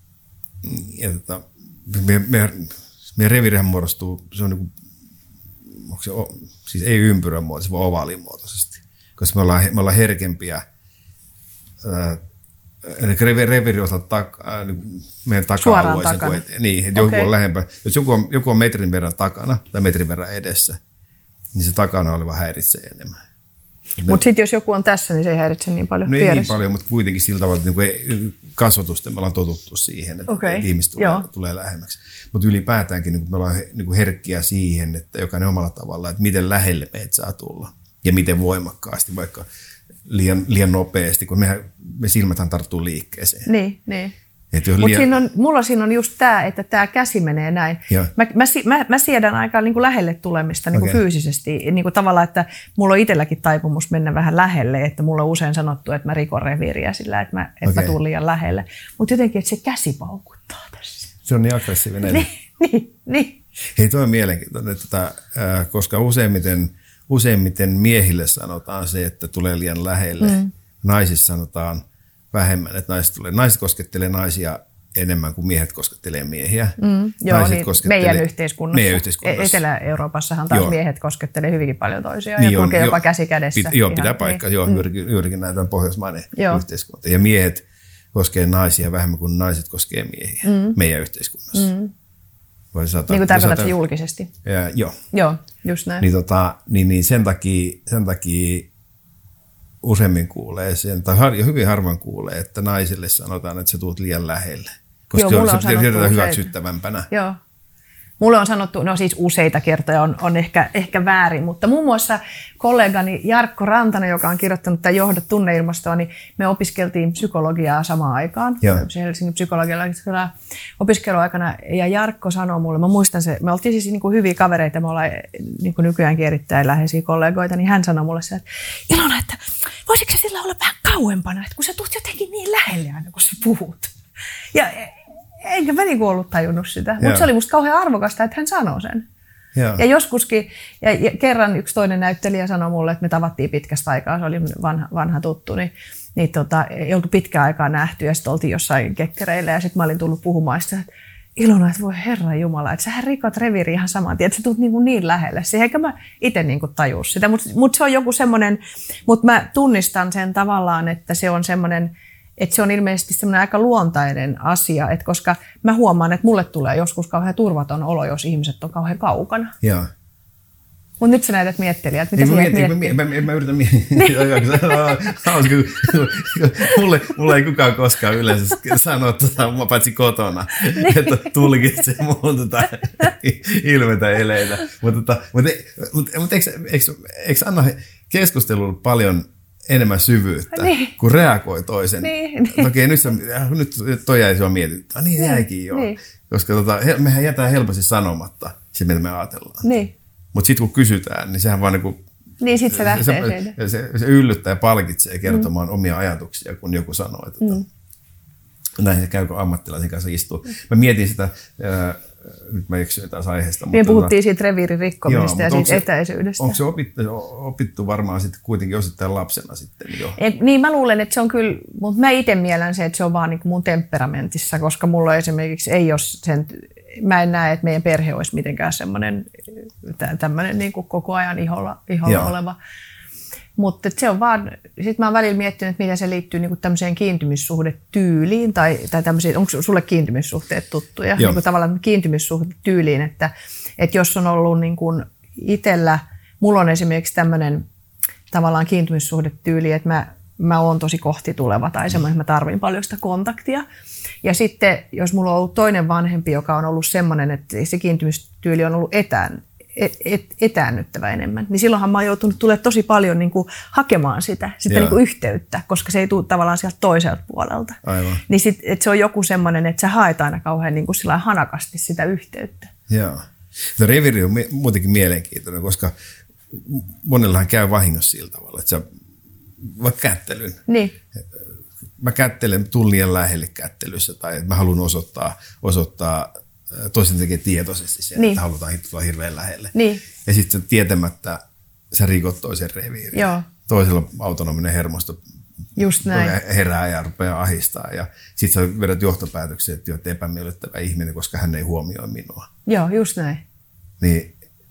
ja tota, meidän, meidän, meidän reviirihän muodostuu, se on niin kuin, onko se, siis ei ympyrän muotoisesti, vaan ovaalimuotoisesti. Koska me ollaan, me ollaan herkempiä, ää, eli reviiri on tak, ää, meidän taka-alueisen kuin eteen. Niin, että okay. Joku on lähempää. Jos joku on, joku on metrin verran takana tai metrin verran edessä, niin se takana oleva häiritsee enemmän. Mutta sitten jos joku on tässä, niin se ei häiritse niin paljon. No ei niin paljon, mutta kuitenkin sillä tavalla, että niin kasvatusten me ollaan totuttu siihen, että okay. ihmiset tulee, tulee lähemmäksi. Mutta ylipäätäänkin niin me ollaan niin herkkiä siihen, että jokainen omalla tavalla, että miten lähelle meitä saa tulla. Ja miten voimakkaasti, vaikka liian, liian nopeasti, kun mehän, me silmäthän tarttuu liikkeeseen. Niin, niin. Mutta liian... mulla siinä on just tämä, että tämä käsi menee näin. Mä, mä, mä, mä siedän aika niin kuin lähelle tulemista niin kuin okay. fyysisesti. Niin kuin tavallaan, että mulla on itselläkin taipumus mennä vähän lähelle. Että mulla on usein sanottu, että mä rikon reviiriä sillä, että mä, että okay. mä tuun liian lähelle. Mutta jotenkin, että se käsi paukuttaa tässä. Se on niin aggressiivinen. niin, niin, niin. Hei, toi on mielenkiintoinen, että, äh, koska useimmiten, useimmiten miehille sanotaan se, että tulee liian lähelle. Mm. Naisissa sanotaan vähemmän, että naiset, tulee. naiset koskettelee naisia enemmän kuin miehet koskettelee miehiä. Mm, joo, niin meidän yhteiskunnassa. Meidän yhteiskunnassa. Etelä-Euroopassahan taas joo. miehet koskettelee hyvinkin paljon toisiaan niin ja kulkee jopa käsi kädessä. Pit, joo, pitää paikkaa. Joo, mm. juurikin, juurikin näitä on pohjoismainen joo. yhteiskunta. Ja miehet koskee naisia vähemmän kuin naiset koskee miehiä mm. meidän yhteiskunnassa. Mm. Sata, niin kuin tarkoitatko sata... julkisesti? Ja, joo. Joo, just näin. Niin, tota, niin, niin sen takia, sen takia useimmin kuulee sen, tai har, hyvin harvoin kuulee, että naisille sanotaan, että sä tuut liian lähelle. Koska joo, se pidetään hyväksyttävämpänä. Joo. Mulle on sanottu, no siis useita kertoja on, on ehkä, ehkä väärin, mutta muun muassa kollegani Jarkko Rantanen, joka on kirjoittanut tämän Johda tunneilmastoa, niin me opiskeltiin psykologiaa samaan aikaan. Joo. Helsingin psykologialla opiskeluaikana. Ja Jarkko sanoi mulle, mä muistan se, me oltiin siis niin kuin hyviä kavereita, me ollaan niin kuin nykyäänkin erittäin läheisiä kollegoita, niin hän sanoi mulle se, että Ilona, että voisitko se sillä olla vähän kauempana, että kun sä tulet jotenkin niin lähelle aina, kun sä puhut. Ja enkä mä niinku ollut tajunnut sitä, mutta se oli musta kauhean arvokasta, että hän sanoi sen. Joo. Ja joskuskin, ja, ja kerran yksi toinen näyttelijä sanoi mulle, että me tavattiin pitkästä aikaa, se oli vanha, vanha tuttu, niin, niin tota, ei oltu pitkään aikaa nähty ja sitten oltiin jossain kekkereillä ja sitten mä olin tullut puhumaan sitä, että Ilona, että voi Herran Jumala, että sähän rikot reviiri ihan saman tien, että sä tulet niin, niin lähelle siihen, eikä mä itse niin tajua sitä, mutta mut se on joku semmoinen, mutta mä tunnistan sen tavallaan, että se on semmoinen, että se on ilmeisesti semmoinen aika luontainen asia, että koska mä huomaan, että mulle tulee joskus kauhean turvaton olo, jos ihmiset on kauhean kaukana. Joo. Mutta nyt sä näytät miettelijä, että mitä sä miettii? Mä, mä, mä, mä yritän miettiä. mulle, mulle ei kukaan koskaan yleensä sano, tota, paitsi kotona, niin. Että tulkitse mun tota, ilmeitä eleitä. Mutta tota, mut, mut, mut eikö, eikö, eikö anna keskustelulle paljon enemmän syvyyttä, niin. Kun reagoi toisen. Niin, niin. Okei, nyt, nyt toi jäi sua mietittyä. Niin, niin jäikin joo. Niin. Koska tota, mehän jätään helposti sanomatta se, mitä me ajatellaan. Niin. Mutta sitten kun kysytään, niin sehän vaan niinku, niin sit se lähtee se, se, se, se yllyttää ja palkitsee kertomaan mm. omia ajatuksia, kun joku sanoo, että mm. näin käykö ammattilaisen kanssa istuu. Mä mietin sitä, ää, nyt mä eksyin taas aiheesta. Me puhuttiin siitä reviirin rikkomista ja siitä se, etäisyydestä. Onko se opittu, opittu varmaan sitten kuitenkin osittain lapsena sitten jo? Et, niin mä luulen, että se on kyllä, mutta mä itse mielen se, että se on vaan niin kuin mun temperamentissa, koska mulla esimerkiksi ei ole sen, mä en näe, että meidän perhe olisi mitenkään semmoinen tämmöinen niin kuin koko ajan iholla, iholla oleva. Mutta se on vaan, sitten mä oon välillä miettinyt, että miten se liittyy niinku tämmöiseen kiintymyssuhdetyyliin, tai, tai tämmöisiin, onko sulle kiintymyssuhteet tuttuja? Niinku tavallaan kiintymyssuhdetyyliin, että, että jos on ollut niinku itsellä, mulla on esimerkiksi tämmöinen tavallaan kiintymyssuhdetyyli, että mä, mä oon tosi kohti tuleva tai semmoinen, että mä tarvin paljon sitä kontaktia. Ja sitten, jos mulla on ollut toinen vanhempi, joka on ollut semmoinen, että se kiintymystyyli on ollut etään, Et, et, etäännyttävä enemmän, niin silloinhan mä oon joutunut tulemaan tosi paljon niin kuin hakemaan sitä, sitä niin kuin yhteyttä, koska se ei tule tavallaan sieltä toiselta puolelta. Aivan. Niin sit, et se on joku semmoinen, että sä haet aina kauhean niin kuin sillä hanakasti sitä yhteyttä. Joo. No, reviiri on muutenkin mielenkiintoinen, koska monellahan käy vahingossa sillä tavalla, että sä vaikka kättelyn. Niin. Mä kättelen, tulen liian lähelle kättelyssä tai että mä haluan osoittaa, osoittaa toisen tekee tietoisesti sen, niin. Että halutaan tulla hirveän lähelle. Niin. Ja sitten tietämättä sä rikot toisen reviirin. Joo. Toisella autonominen hermosto Just näin. herää ja rupeaa ahistaa. Ja sitten sä vedät johtopäätöksiä, että olet epämiellyttävä ihminen, koska hän ei huomioi minua. Joo, just näin. Niin,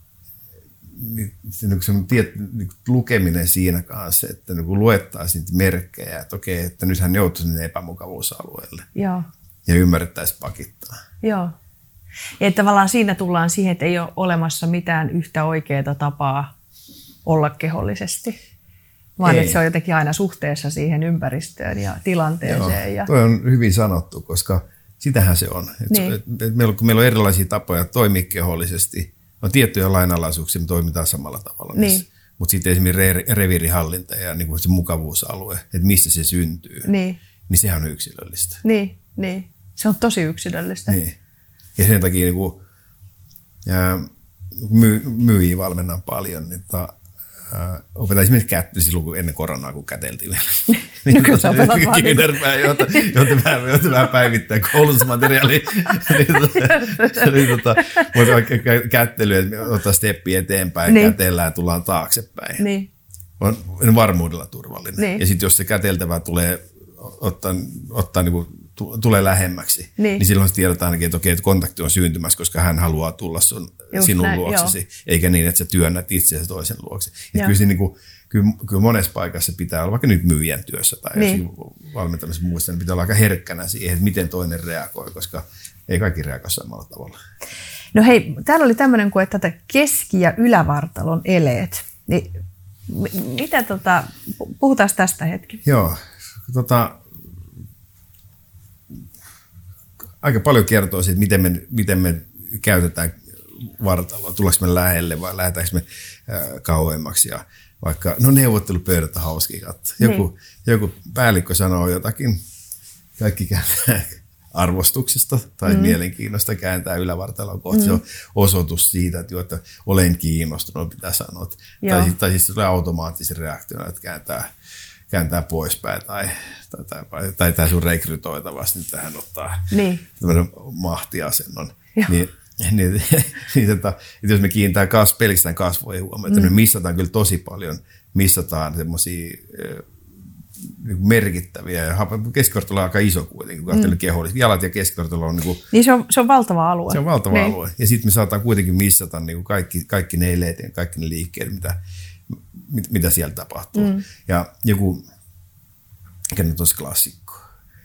niin se, niin se tiet, niin lukeminen siinä kanssa, että niin luettaisiin niitä merkkejä, että okei, että nyt hän joutuu sinne epämukavuusalueelle. Joo. Ja ymmärrettäisiin pakittaa. Joo. Ja tavallaan siinä tullaan siihen, että ei ole olemassa mitään yhtä oikeaa tapaa olla kehollisesti, vaan ei. Että se on jotenkin aina suhteessa siihen ympäristöön ja tilanteeseen. Joo, ja... toi on hyvin sanottu, koska sitähän se on. Niin. Et, et meillä, kun meillä on erilaisia tapoja toimia kehollisesti, on tiettyjä lainalaisuuksia, me toimitaan samalla tavalla. Niin. Mutta sitten esimerkiksi re, reviirihallinta ja niin kuin se mukavuusalue, että mistä se syntyy, niin. niin sehän on yksilöllistä. Niin, niin. Se on tosi yksilöllistä. Niin. Ja sen takia niin kuin, ja, myy, myyjiä valmennan paljon, niin ta, ää, opetan esimerkiksi kättely silloin kun ennen koronaa, kun käteltiin vielä. niin, kyllä sä opetat vaan. Kyynärpää, jotta, jotta, vähän, jotta vähän päivittää koulutusmateriaalia. niin, tota, niin, tota, mutta vaikka kättely, että ottaa steppiä eteenpäin, niin. Kätellään ja tullaan taaksepäin. Niin. On varmuudella turvallinen. Niin. Ja sitten jos se käteltävä tulee ottaa, ottaa niin kuin, tulee lähemmäksi, niin, niin silloin tiedetään ainakin, että okei, että kontakti on syntymässä, koska hän haluaa tulla sun, sinun näin, luoksesi, joo. Eikä niin, että sä työnnät itseäsi toisen luokse. Kyllä, se, niin kuin, kyllä, kyllä monessa paikassa pitää olla, vaikka nyt myyjän työssä tai niin. valmentamisessa muista, niin pitää olla aika herkkänä siihen, että miten toinen reagoi, koska ei kaikki reagoi samalla tavalla. No hei, täällä oli tämmöinen kuin, että keski- ja ylävartalon eleet. Niin, mitä tota, puhutaan tästä hetki? Joo, tota... Aika paljon kertoo siitä, miten me, miten me käytetään vartaloa. Tullaanko me lähelle vai lähdetäänkö me äh, kauemmaksi. Ja vaikka, no neuvottelupöydät on hauskia katsoa. Joku, niin. joku päällikkö sanoo jotakin, kaikki kääntää arvostuksesta tai mm. mielenkiinnosta, kääntää ylävartaloa kohti. Mm. Se on osoitus siitä, että, jo, että olen kiinnostunut, pitää sanoa. Tai, tai siis tulee automaattisen reaktion, että kääntää kääntää poispäin tai, tai, tai, tai tämä sun rekrytoitavasti, niin tähän ottaa niin. tämmöinen mahtiasennon. Niin, niin, niin tota, että jos me kiinnitään kas, pelkästään kasvoihin huomioon, että mm. me missataan kyllä tosi paljon, missataan semmoisia merkittäviä, ja keskivartalo on aika iso kuitenkin, kun ajattelee mm. kehollista. Jalat ja keskivartalo on... Niin, kuin, niin se, on, se on valtava alue. Se on valtava niin. alue. Ja sitten me saadaan kuitenkin missata niin kuin kaikki, kaikki ne eleet ja kaikki ne liikkeet, mitä, mit, mitä siellä tapahtuu. Mm. Ja joku, mikä nyt olisi klassikko,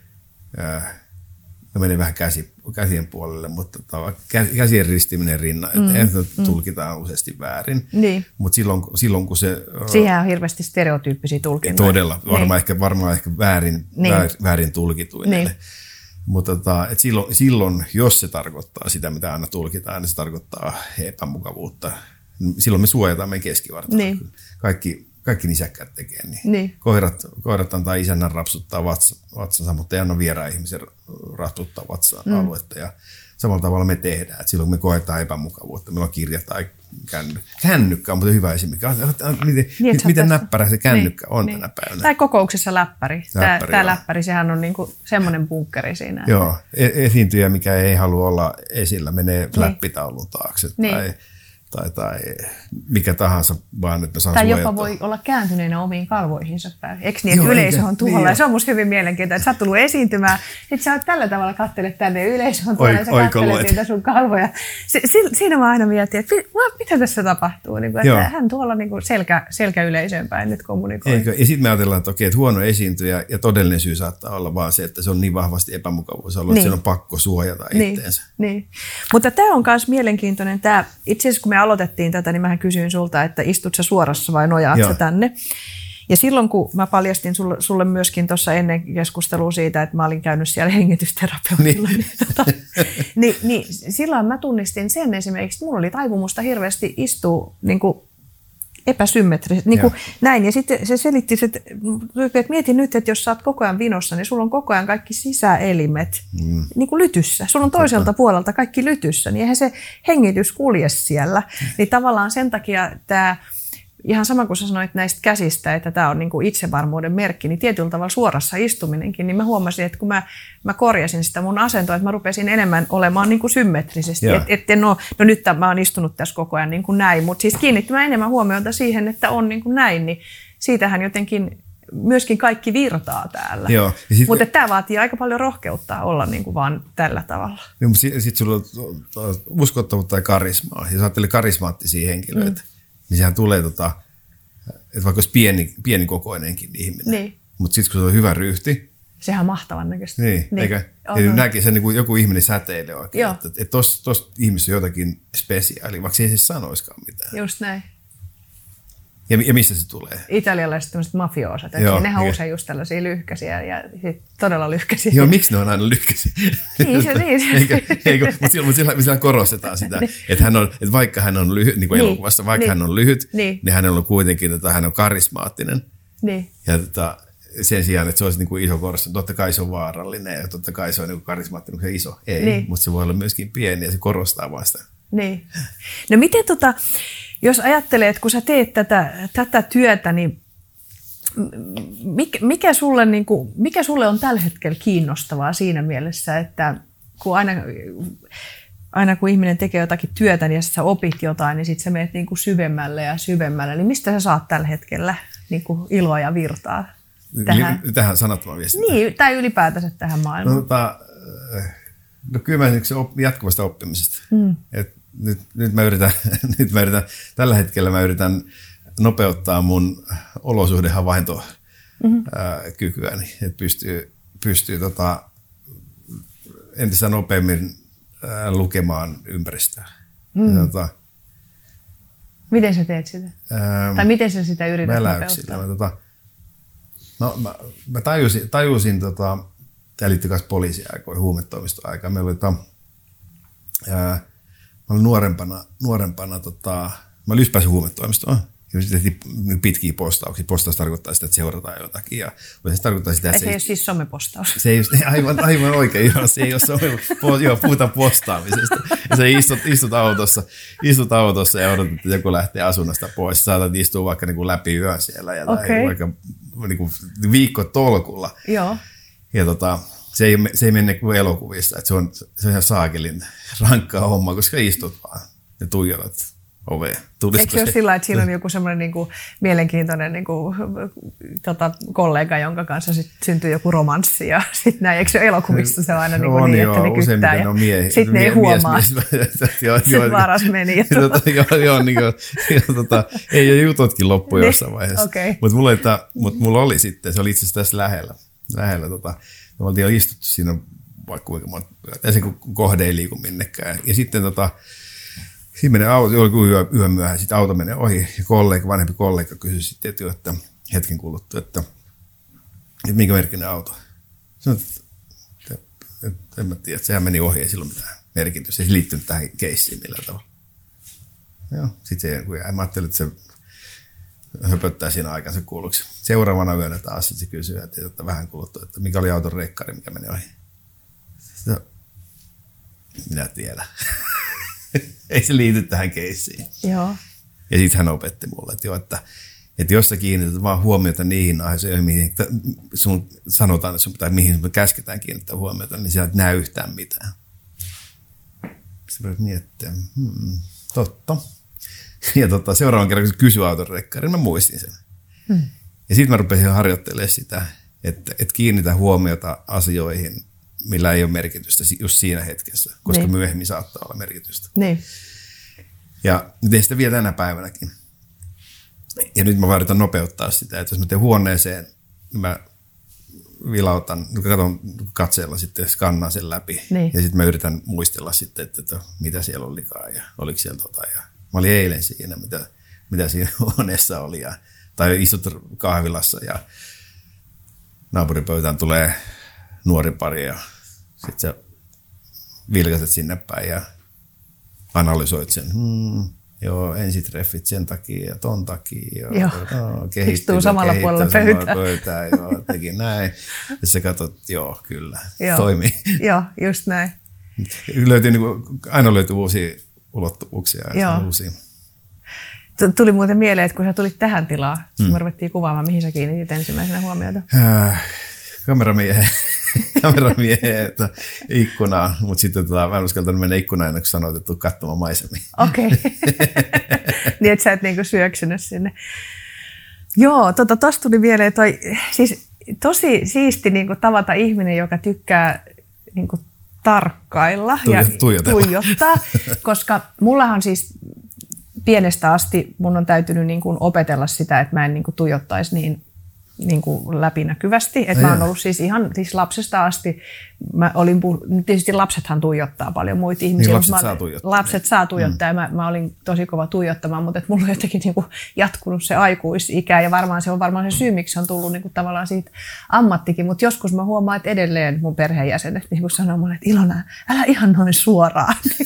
mä menen vähän käsi, käsien puolelle, mutta käsien ristiminen rinnan, mm. että mm. tulkitaan useasti väärin. Niin. Mutta silloin, silloin kun se... Siihen on hirveästi stereotyyppisiä tulkintoja. Todella, varmaan, niin. ehkä, varmaan ehkä väärin, niin. väärin tulkituinen. Niin. Mutta tota, et silloin, silloin, jos se tarkoittaa sitä, mitä aina tulkitaan, niin se tarkoittaa epämukavuutta. Silloin me suojataan meidän keskivartaloa. Niin. Kaikki... Kaikki nisäkkäät tekee niin. niin. Koirat, koirat antaa isännän rapsuttaa vatsa, vatsansa, mutta ei anna vieraan ihmisen rapsuttaa vatsa-aluetta. Mm. Ja samalla tavalla me tehdään. Että silloin kun me koetaan epämukavuutta, meillä on kirja tai kännykkä. Kännykkä on muuten hyvä esimerkki. Miten, niin, miten näppärä se kännykkä niin, on niin. tänä päivänä? Tai kokouksessa läppäri. läppäri Tämä läppäri, sehän on niinku semmoinen bunkkeri siinä. Joo, esiintyjä, mikä ei halua olla esillä, menee niin. läppitaulun taakse. Niin. Tai, Tai, tai mikä tahansa, vaan että me saan tai suojata. jopa voi olla kääntyneenä omiin kalvoihinsa päin. Eikö niin, että yleisö on tuolla? Niin, ja se on musta hyvin mielenkiintoista, että sä oot tullut esiintymään, että sä oot tällä tavalla kattelet tänne ja yleisö on tuolla ja sä kattelet niitä sun kalvoja. Si- si- siinä mä aina mietin, että mitä tässä tapahtuu, niin kuin, että hän tuolla niin kuin selkä, selkäyleisöön päin nyt kommunikoi. Eikö? Ja sitten me ajatellaan, että okei, että huono esiintyjä ja todellinen syy saattaa olla vaan se, että se on niin vahvasti epämukavuus ollut, niin. että se on pakko suojata niin. itteensä. Niin. Mutta tämä on myös mielenkiintoinen. Tää, itse asiassa kun me aloitettiin tätä, niin mähän kysyin sulta, että istut sä suorassa vai nojaat sä tänne. Ja silloin kun mä paljastin sulle, sulle myöskin tuossa ennen keskustelua siitä, että mä olin käynyt siellä hengitysterapeutilla, niin, tota, niin, niin silloin mä tunnistin sen esimerkiksi, että mulla oli taipumusta hirveästi istua niin kuin epäsymmetrisesti, niin kuin näin. Ja sitten se selitti, että, että mieti nyt, että jos sä oot koko ajan vinossa, niin sulla on koko ajan kaikki sisäelimet mm. niin kuin lytyssä. Sulla on toiselta Totta. puolelta kaikki lytyssä, niin eihän se hengitys kulje siellä. Mm. Niin tavallaan sen takia tämä, ihan sama kuin sä sanoit näistä käsistä, että tämä on niin kuin itsevarmuuden merkki, niin tietyllä tavalla suorassa istuminenkin, niin mä huomasin, että kun mä, mä korjasin sitä mun asentoa, että mä rupesin enemmän olemaan niin kuin symmetrisesti. Että et, no, no nyt mä oon istunut tässä koko ajan niin kuin näin, mutta siis kiinnittämään enemmän huomiota siihen, että on niin kuin näin, niin siitähän jotenkin myöskin kaikki virtaa täällä. Mutta tämä vaatii aika paljon rohkeutta olla niin kuin vaan tällä tavalla. Sitten sit sulla on uskottavuutta ja karismaa. Jos ajattelee karismaattisia henkilöitä, mm. niin sehän tulee, tota, että vaikka olisi pieni, pienikokoinenkin ihminen, niin. mutta sitten kun se on hyvä ryhti. Sehän on mahtavan näköistä. Niin, niin. Eikä on, näkee se niin kuin joku ihminen säteilee oikein, Joo. että, että tuossa ihmisessä on jotakin spesiaalia, vaikka se ei siis sanoisikaan mitään. Just näin. Ja, ja mistä se tulee? Italialaiset tämmöiset mafioosat, että nehän on usein just tällaisia lyhkäisiä ja sit todella lyhkäisiä. Joo, miksi ne on aina lyhkäisiä? Niin se, niin se. Eikö, eikö, mutta siellä, siellä, siellä korostetaan sitä, että, hän on, että vaikka hän on lyhyt, niin kuin niin, elokuvassa, vaikka niin, hän on lyhyt, niin, niin hänellä on kuitenkin, että hän on karismaattinen. Niin. Ja tota, sen sijaan, että se olisi niin kuin iso korosta, totta kai se on vaarallinen ja totta kai se on niin kuin karismaattinen, kun se iso. Ei, niin. Mutta se voi olla myöskin pieni ja se korostaa vaan sitä. Niin. No miten tota... Jos ajattelee, että kun sä teet tätä, tätä työtä, niin mikä, mikä, sulle, niin kuin, mikä sulle on tällä hetkellä kiinnostavaa siinä mielessä, että kun aina, aina kun ihminen tekee jotakin työtä niin ja sä opit jotain, niin sitten sä menet niin kuin syvemmälle ja syvemmälle. Niin mistä sä saat tällä hetkellä niin kuin iloa ja virtaa tähän? Tähän sanattomaan viestintään. Niin, tai ylipäätänsä tähän maailmaan. No, tota, no kyllä mä se op, jatkuvasta oppimisesta. Mm. Et, Nyt, nyt, mä yritän, nyt mä yritän, tällä hetkellä mä yritän nopeuttaa mun olosuhdehavaintokykyäni, mm-hmm. että pystyy, pystyy tota, entistä nopeammin ää, lukemaan ympäristöä. Mm. Tota, miten sä teet sitä? Ää, tai miten sä sitä yrität nopeuttaa? Mä, tota, no, mä, mä tajusin, tajusin tota, tämä liittyy myös poliisiaikoihin, huumetoimistoaikaan. Meillä oli tota, ää, Mä olin nuorempana, nuorempana tota, mä olin just päässyt huumetoimistoon. Ja sitten tehtiin pitkiä postauksia. Postaus tarkoittaa sitä, että seurataan jotakin. Ja se tarkoittaa sitä, että se ei ole siis somepostaus. Se ei ole aivan, aivan oikein. Joo, se ei ole some, joo, puhutaan postaamisesta. Ja sä istut, istut, autossa, istut autossa ja odotat, että joku lähtee asunnosta pois. Saatat istua vaikka niin kuin läpi yön siellä ja okay. vaikka niin kuin viikko tolkulla. Joo. Ja tota, se ei, se ei mene kuin elokuvissa, että se on, se on ihan saakelin rankkaa hommaa, koska istut vaan ja tuijotat ovea. Eikö se ole sillä, että siinä on joku semmoinen niin kuin mielenkiintoinen niin kuin, tota, kollega, jonka kanssa sit syntyy joku romanssi ja sitten näin, eikö se elokuvissa se on aina niin, on, niin joo, että ne kyttää ja sitten ne ei huomaa. Sitten varas meni. Joo, niin kuin, tota, ei jo jututkin loppu jossain vaiheessa. Okay. Mutta mulla, mut mulla oli sitten, se oli itse asiassa tässä lähellä. lähellä tota, me oltiin jo istuttu siinä vaikka kuinka monta, se kohde ei liiku minnekään. Ja sitten tota, siinä menee auto, joku yö, yön myöhään, sitten auto menee ohi ja kollega, vanhempi kollega kysyi sitten, että, että hetken kuluttua, että, että minkä merkkinen auto. Sanoin, että, että, että en mä tiedä, että sehän meni ohi, ei sillä ole mitään merkitystä, ei se liittynyt tähän keissiin millään tavalla. Joo, sitten se, kun jäi, mä ajattelin, että se höpöttää siinä aikansa kuulluksi. Seuraavana yönä taas sitten se kysyy, että, että vähän kuluttua, että mikä oli auton rekkari, mikä meni ohi. Sitten, minä tiedän. Ei se liity tähän keissiin. Joo. Ja sitten hän opetti mulle, että, jo, että, että jos sä kiinnität vaan huomiota niihin aiheisiin, mihin sun sanotaan, että sun pitää, mihin sun käsketään kiinnittää huomiota, niin sieltä näy yhtään mitään. Sitten voit miettiä, hmm, totta. Ja tota, seuraavan kerran, kun se kysyi auton rekkarin, mä muistin sen. Hmm. Ja sitten mä rupesin harjoittelemaan sitä, että, että kiinnitä huomiota asioihin, millä ei ole merkitystä just siinä hetkessä, koska niin. Myöhemmin saattaa olla merkitystä. Niin. Ja teen sitä vielä tänä päivänäkin. Ja nyt mä vaaditaan nopeuttaa sitä, että jos mä teen huoneeseen, niin mä vilautan, katson katseella sitten, skannaan sen läpi. Niin. Ja sitten mä yritän muistella sitten, että, että mitä siellä olikaan ja oliko siellä tota. Ja mä olin eilen siinä, mitä, mitä siinä huoneessa oli. Ja, tai istut kahvilassa ja naapuripöytään tulee nuori pari ja sitten sä vilkaiset sinne päin ja analysoit sen. Hmm, joo, ensitreffit sen takia ja ton takia. Joo, no, istuu samalla puolella pöytää. pöytää joo, teki näin. Ja sä katsot, joo, kyllä, joo. Toimii. Joo, just näin. Löytyy, niin kuin, aina löytyy uusia ulottuvuuksia ja uusia. Tuli muuten mieleen, että kun sä tulit tähän tilaan, hmm. me ruvettiin kuvaamaan, mihin sä kiinnitit ensimmäisenä huomiota. Äh, kameramiehen. kameramiehen että ikkunaan, mutta sitten tota, mä en uskaltanut mennä ikkunaan ennen kuin sanoit, että tuu katsomaan maisemia. Okei. Okay. Niin, että sä et niinku syöksynyt sinne. Joo, tota, tosta tuli mieleen toi, siis tosi siisti niinku tavata ihminen, joka tykkää niinku tarkkailla ja tuijottaa, koska mullahan siis pienestä asti mun on täytynyt niinku opetella sitä, että mä en niinku tuijottaisi niin niin kuin läpinäkyvästi. Että mä oon ollut siis ihan siis lapsesta asti, mä olin, tietysti lapsethan tuijottaa paljon muita ihmisiä. Niin, lapset mä, saa tuijottaa. Lapset saa tuijottaa mm. ja mä, mä olin tosi kova tuijottamaan, mutta mulla on jotenkin niin kuin jatkunut se aikuisikä ja varmaan se on varmaan se syy, miksi se on tullut niin kuin tavallaan siitä ammattikin, mutta joskus mä huomaan, että edelleen mun perheenjäsenet niin kuin sanoo mulle, että Ilona, älä ihan noin suoraan. Niin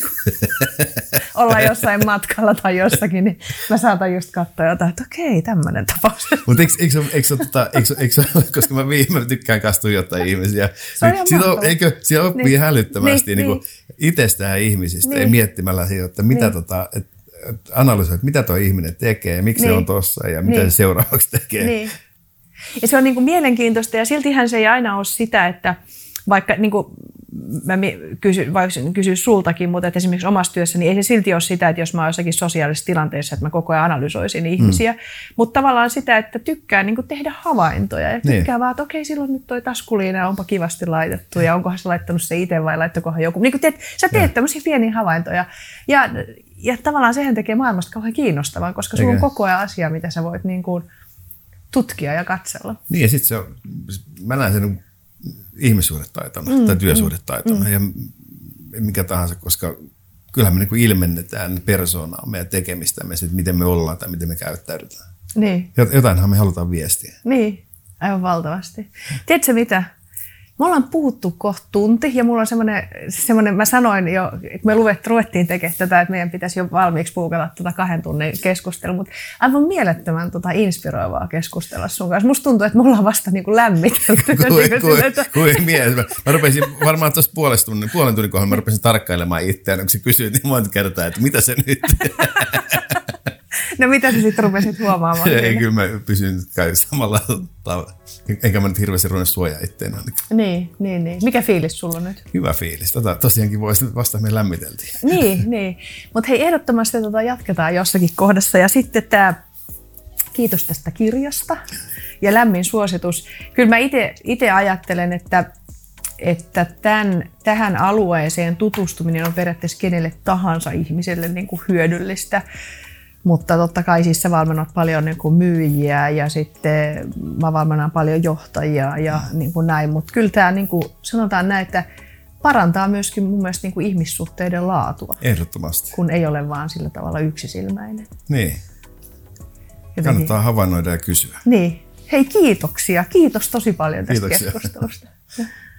ollaan jossain matkalla tai jossakin, niin mä saatan just katsoa jotain, että okei, tämmöinen tapaus. Mutta eikö, eikö, eikö, tota, eikö, eikö, koska mä viime tykkään kanssa tuijottaa ihmisiä, niin on, eikö siellä oppii niin, hälyttömästi niin, niin, itsestään ihmisistä niin. Ja miettimällä siitä, että mitä niin. tota, et, et analysoi, että mitä tuo ihminen tekee, miksi niin. Se on tossa ja mitä niin. Se seuraavaksi tekee. Niin. Ja se on niin kuin mielenkiintoista ja siltihän se ei aina ole sitä, että vaikka niin kuin mä kysyn, kysyn sultakin, mutta että esimerkiksi omassa työssäni niin ei se silti ole sitä, että jos mä oon jossakin sosiaalisessa tilanteessa, että mä koko ajan analysoisin ihmisiä, mm. mutta tavallaan sitä, että tykkää niin kuin tehdä havaintoja ja tykkää niin. Vaan, että okei, silloin nyt toi taskuliina onpa kivasti laitettu ja onkohan se laittanut se itse vai laittokohan joku. Niin kuin teet, sä teet ja. Tämmöisiä pieniä havaintoja ja, ja tavallaan sehän tekee maailmasta kauhean kiinnostavan, koska sulla on koko ajan asia, mitä sä voit niin kuin tutkia ja katsella. Niin ja sitten se on, mä näen sen ihmissuhdetaitona mm, tai työsuhdetaitona mm, ja mikä tahansa, koska kyllähän me niin kuin ilmennetään persoonaa, meidän tekemistämme, että miten me ollaan tai miten me käyttäydytään. Niin. Jotainhan me halutaan viestiä. Niin, aivan valtavasti. Tiedätkö mitä? Me ollaan puhuttu kohta tunti ja mulla on semmoinen, semmoinen mä sanoin jo, että me ruvettiin tekemään tätä, että meidän pitäisi jo valmiiksi puukata tuota kahden tunnin keskustelua, mutta aivan mielettömän tota inspiroivaa keskustella sun kanssa. Musta tuntuu, että me ollaan vasta niin kuin lämmitelty. Kuin kui, kui mies. Mä, mä rupesin varmaan tuossa puolesta tunnin, puolen tunnin kohdalla mä rupesin tarkkailemaan itseään, kun sä kysyit niin monta kertaa, että mitä se nyt? No mitä sä sitten rupesit huomaamaan? Ei, kyllä mä pysyn samalla tavalla. Enkä mä nyt hirveästi ruvennut suojaa itteen ainakaan. Niin, niin, niin. Mikä fiilis sulla on nyt? Hyvä fiilis. Tota, tosiaankin voisi vasta me lämmiteltiin. Niin, niin. Mutta hei, ehdottomasti tota jatketaan jossakin kohdassa. Ja sitten tämä, kiitos tästä kirjasta ja lämmin suositus. Kyllä mä itse ajattelen, että että tämän, tähän alueeseen tutustuminen on periaatteessa kenelle tahansa ihmiselle niin kuin hyödyllistä. Mutta totta kai siis sä valmennat paljon niin kuin myyjiä ja sitten mä valmennan paljon johtajia ja niin kuin näin. Mutta kyllä tämä niin kuin sanotaan näin, että parantaa myöskin mun mielestä niin kuin ihmissuhteiden laatua. Ehdottomasti. Kun ei ole vaan sillä tavalla yksisilmäinen. Niin. Jotenkin. Kannattaa havainnoida ja kysyä. Niin. Hei, kiitoksia. Kiitos tosi paljon tästä Kiitoksia. keskustelusta.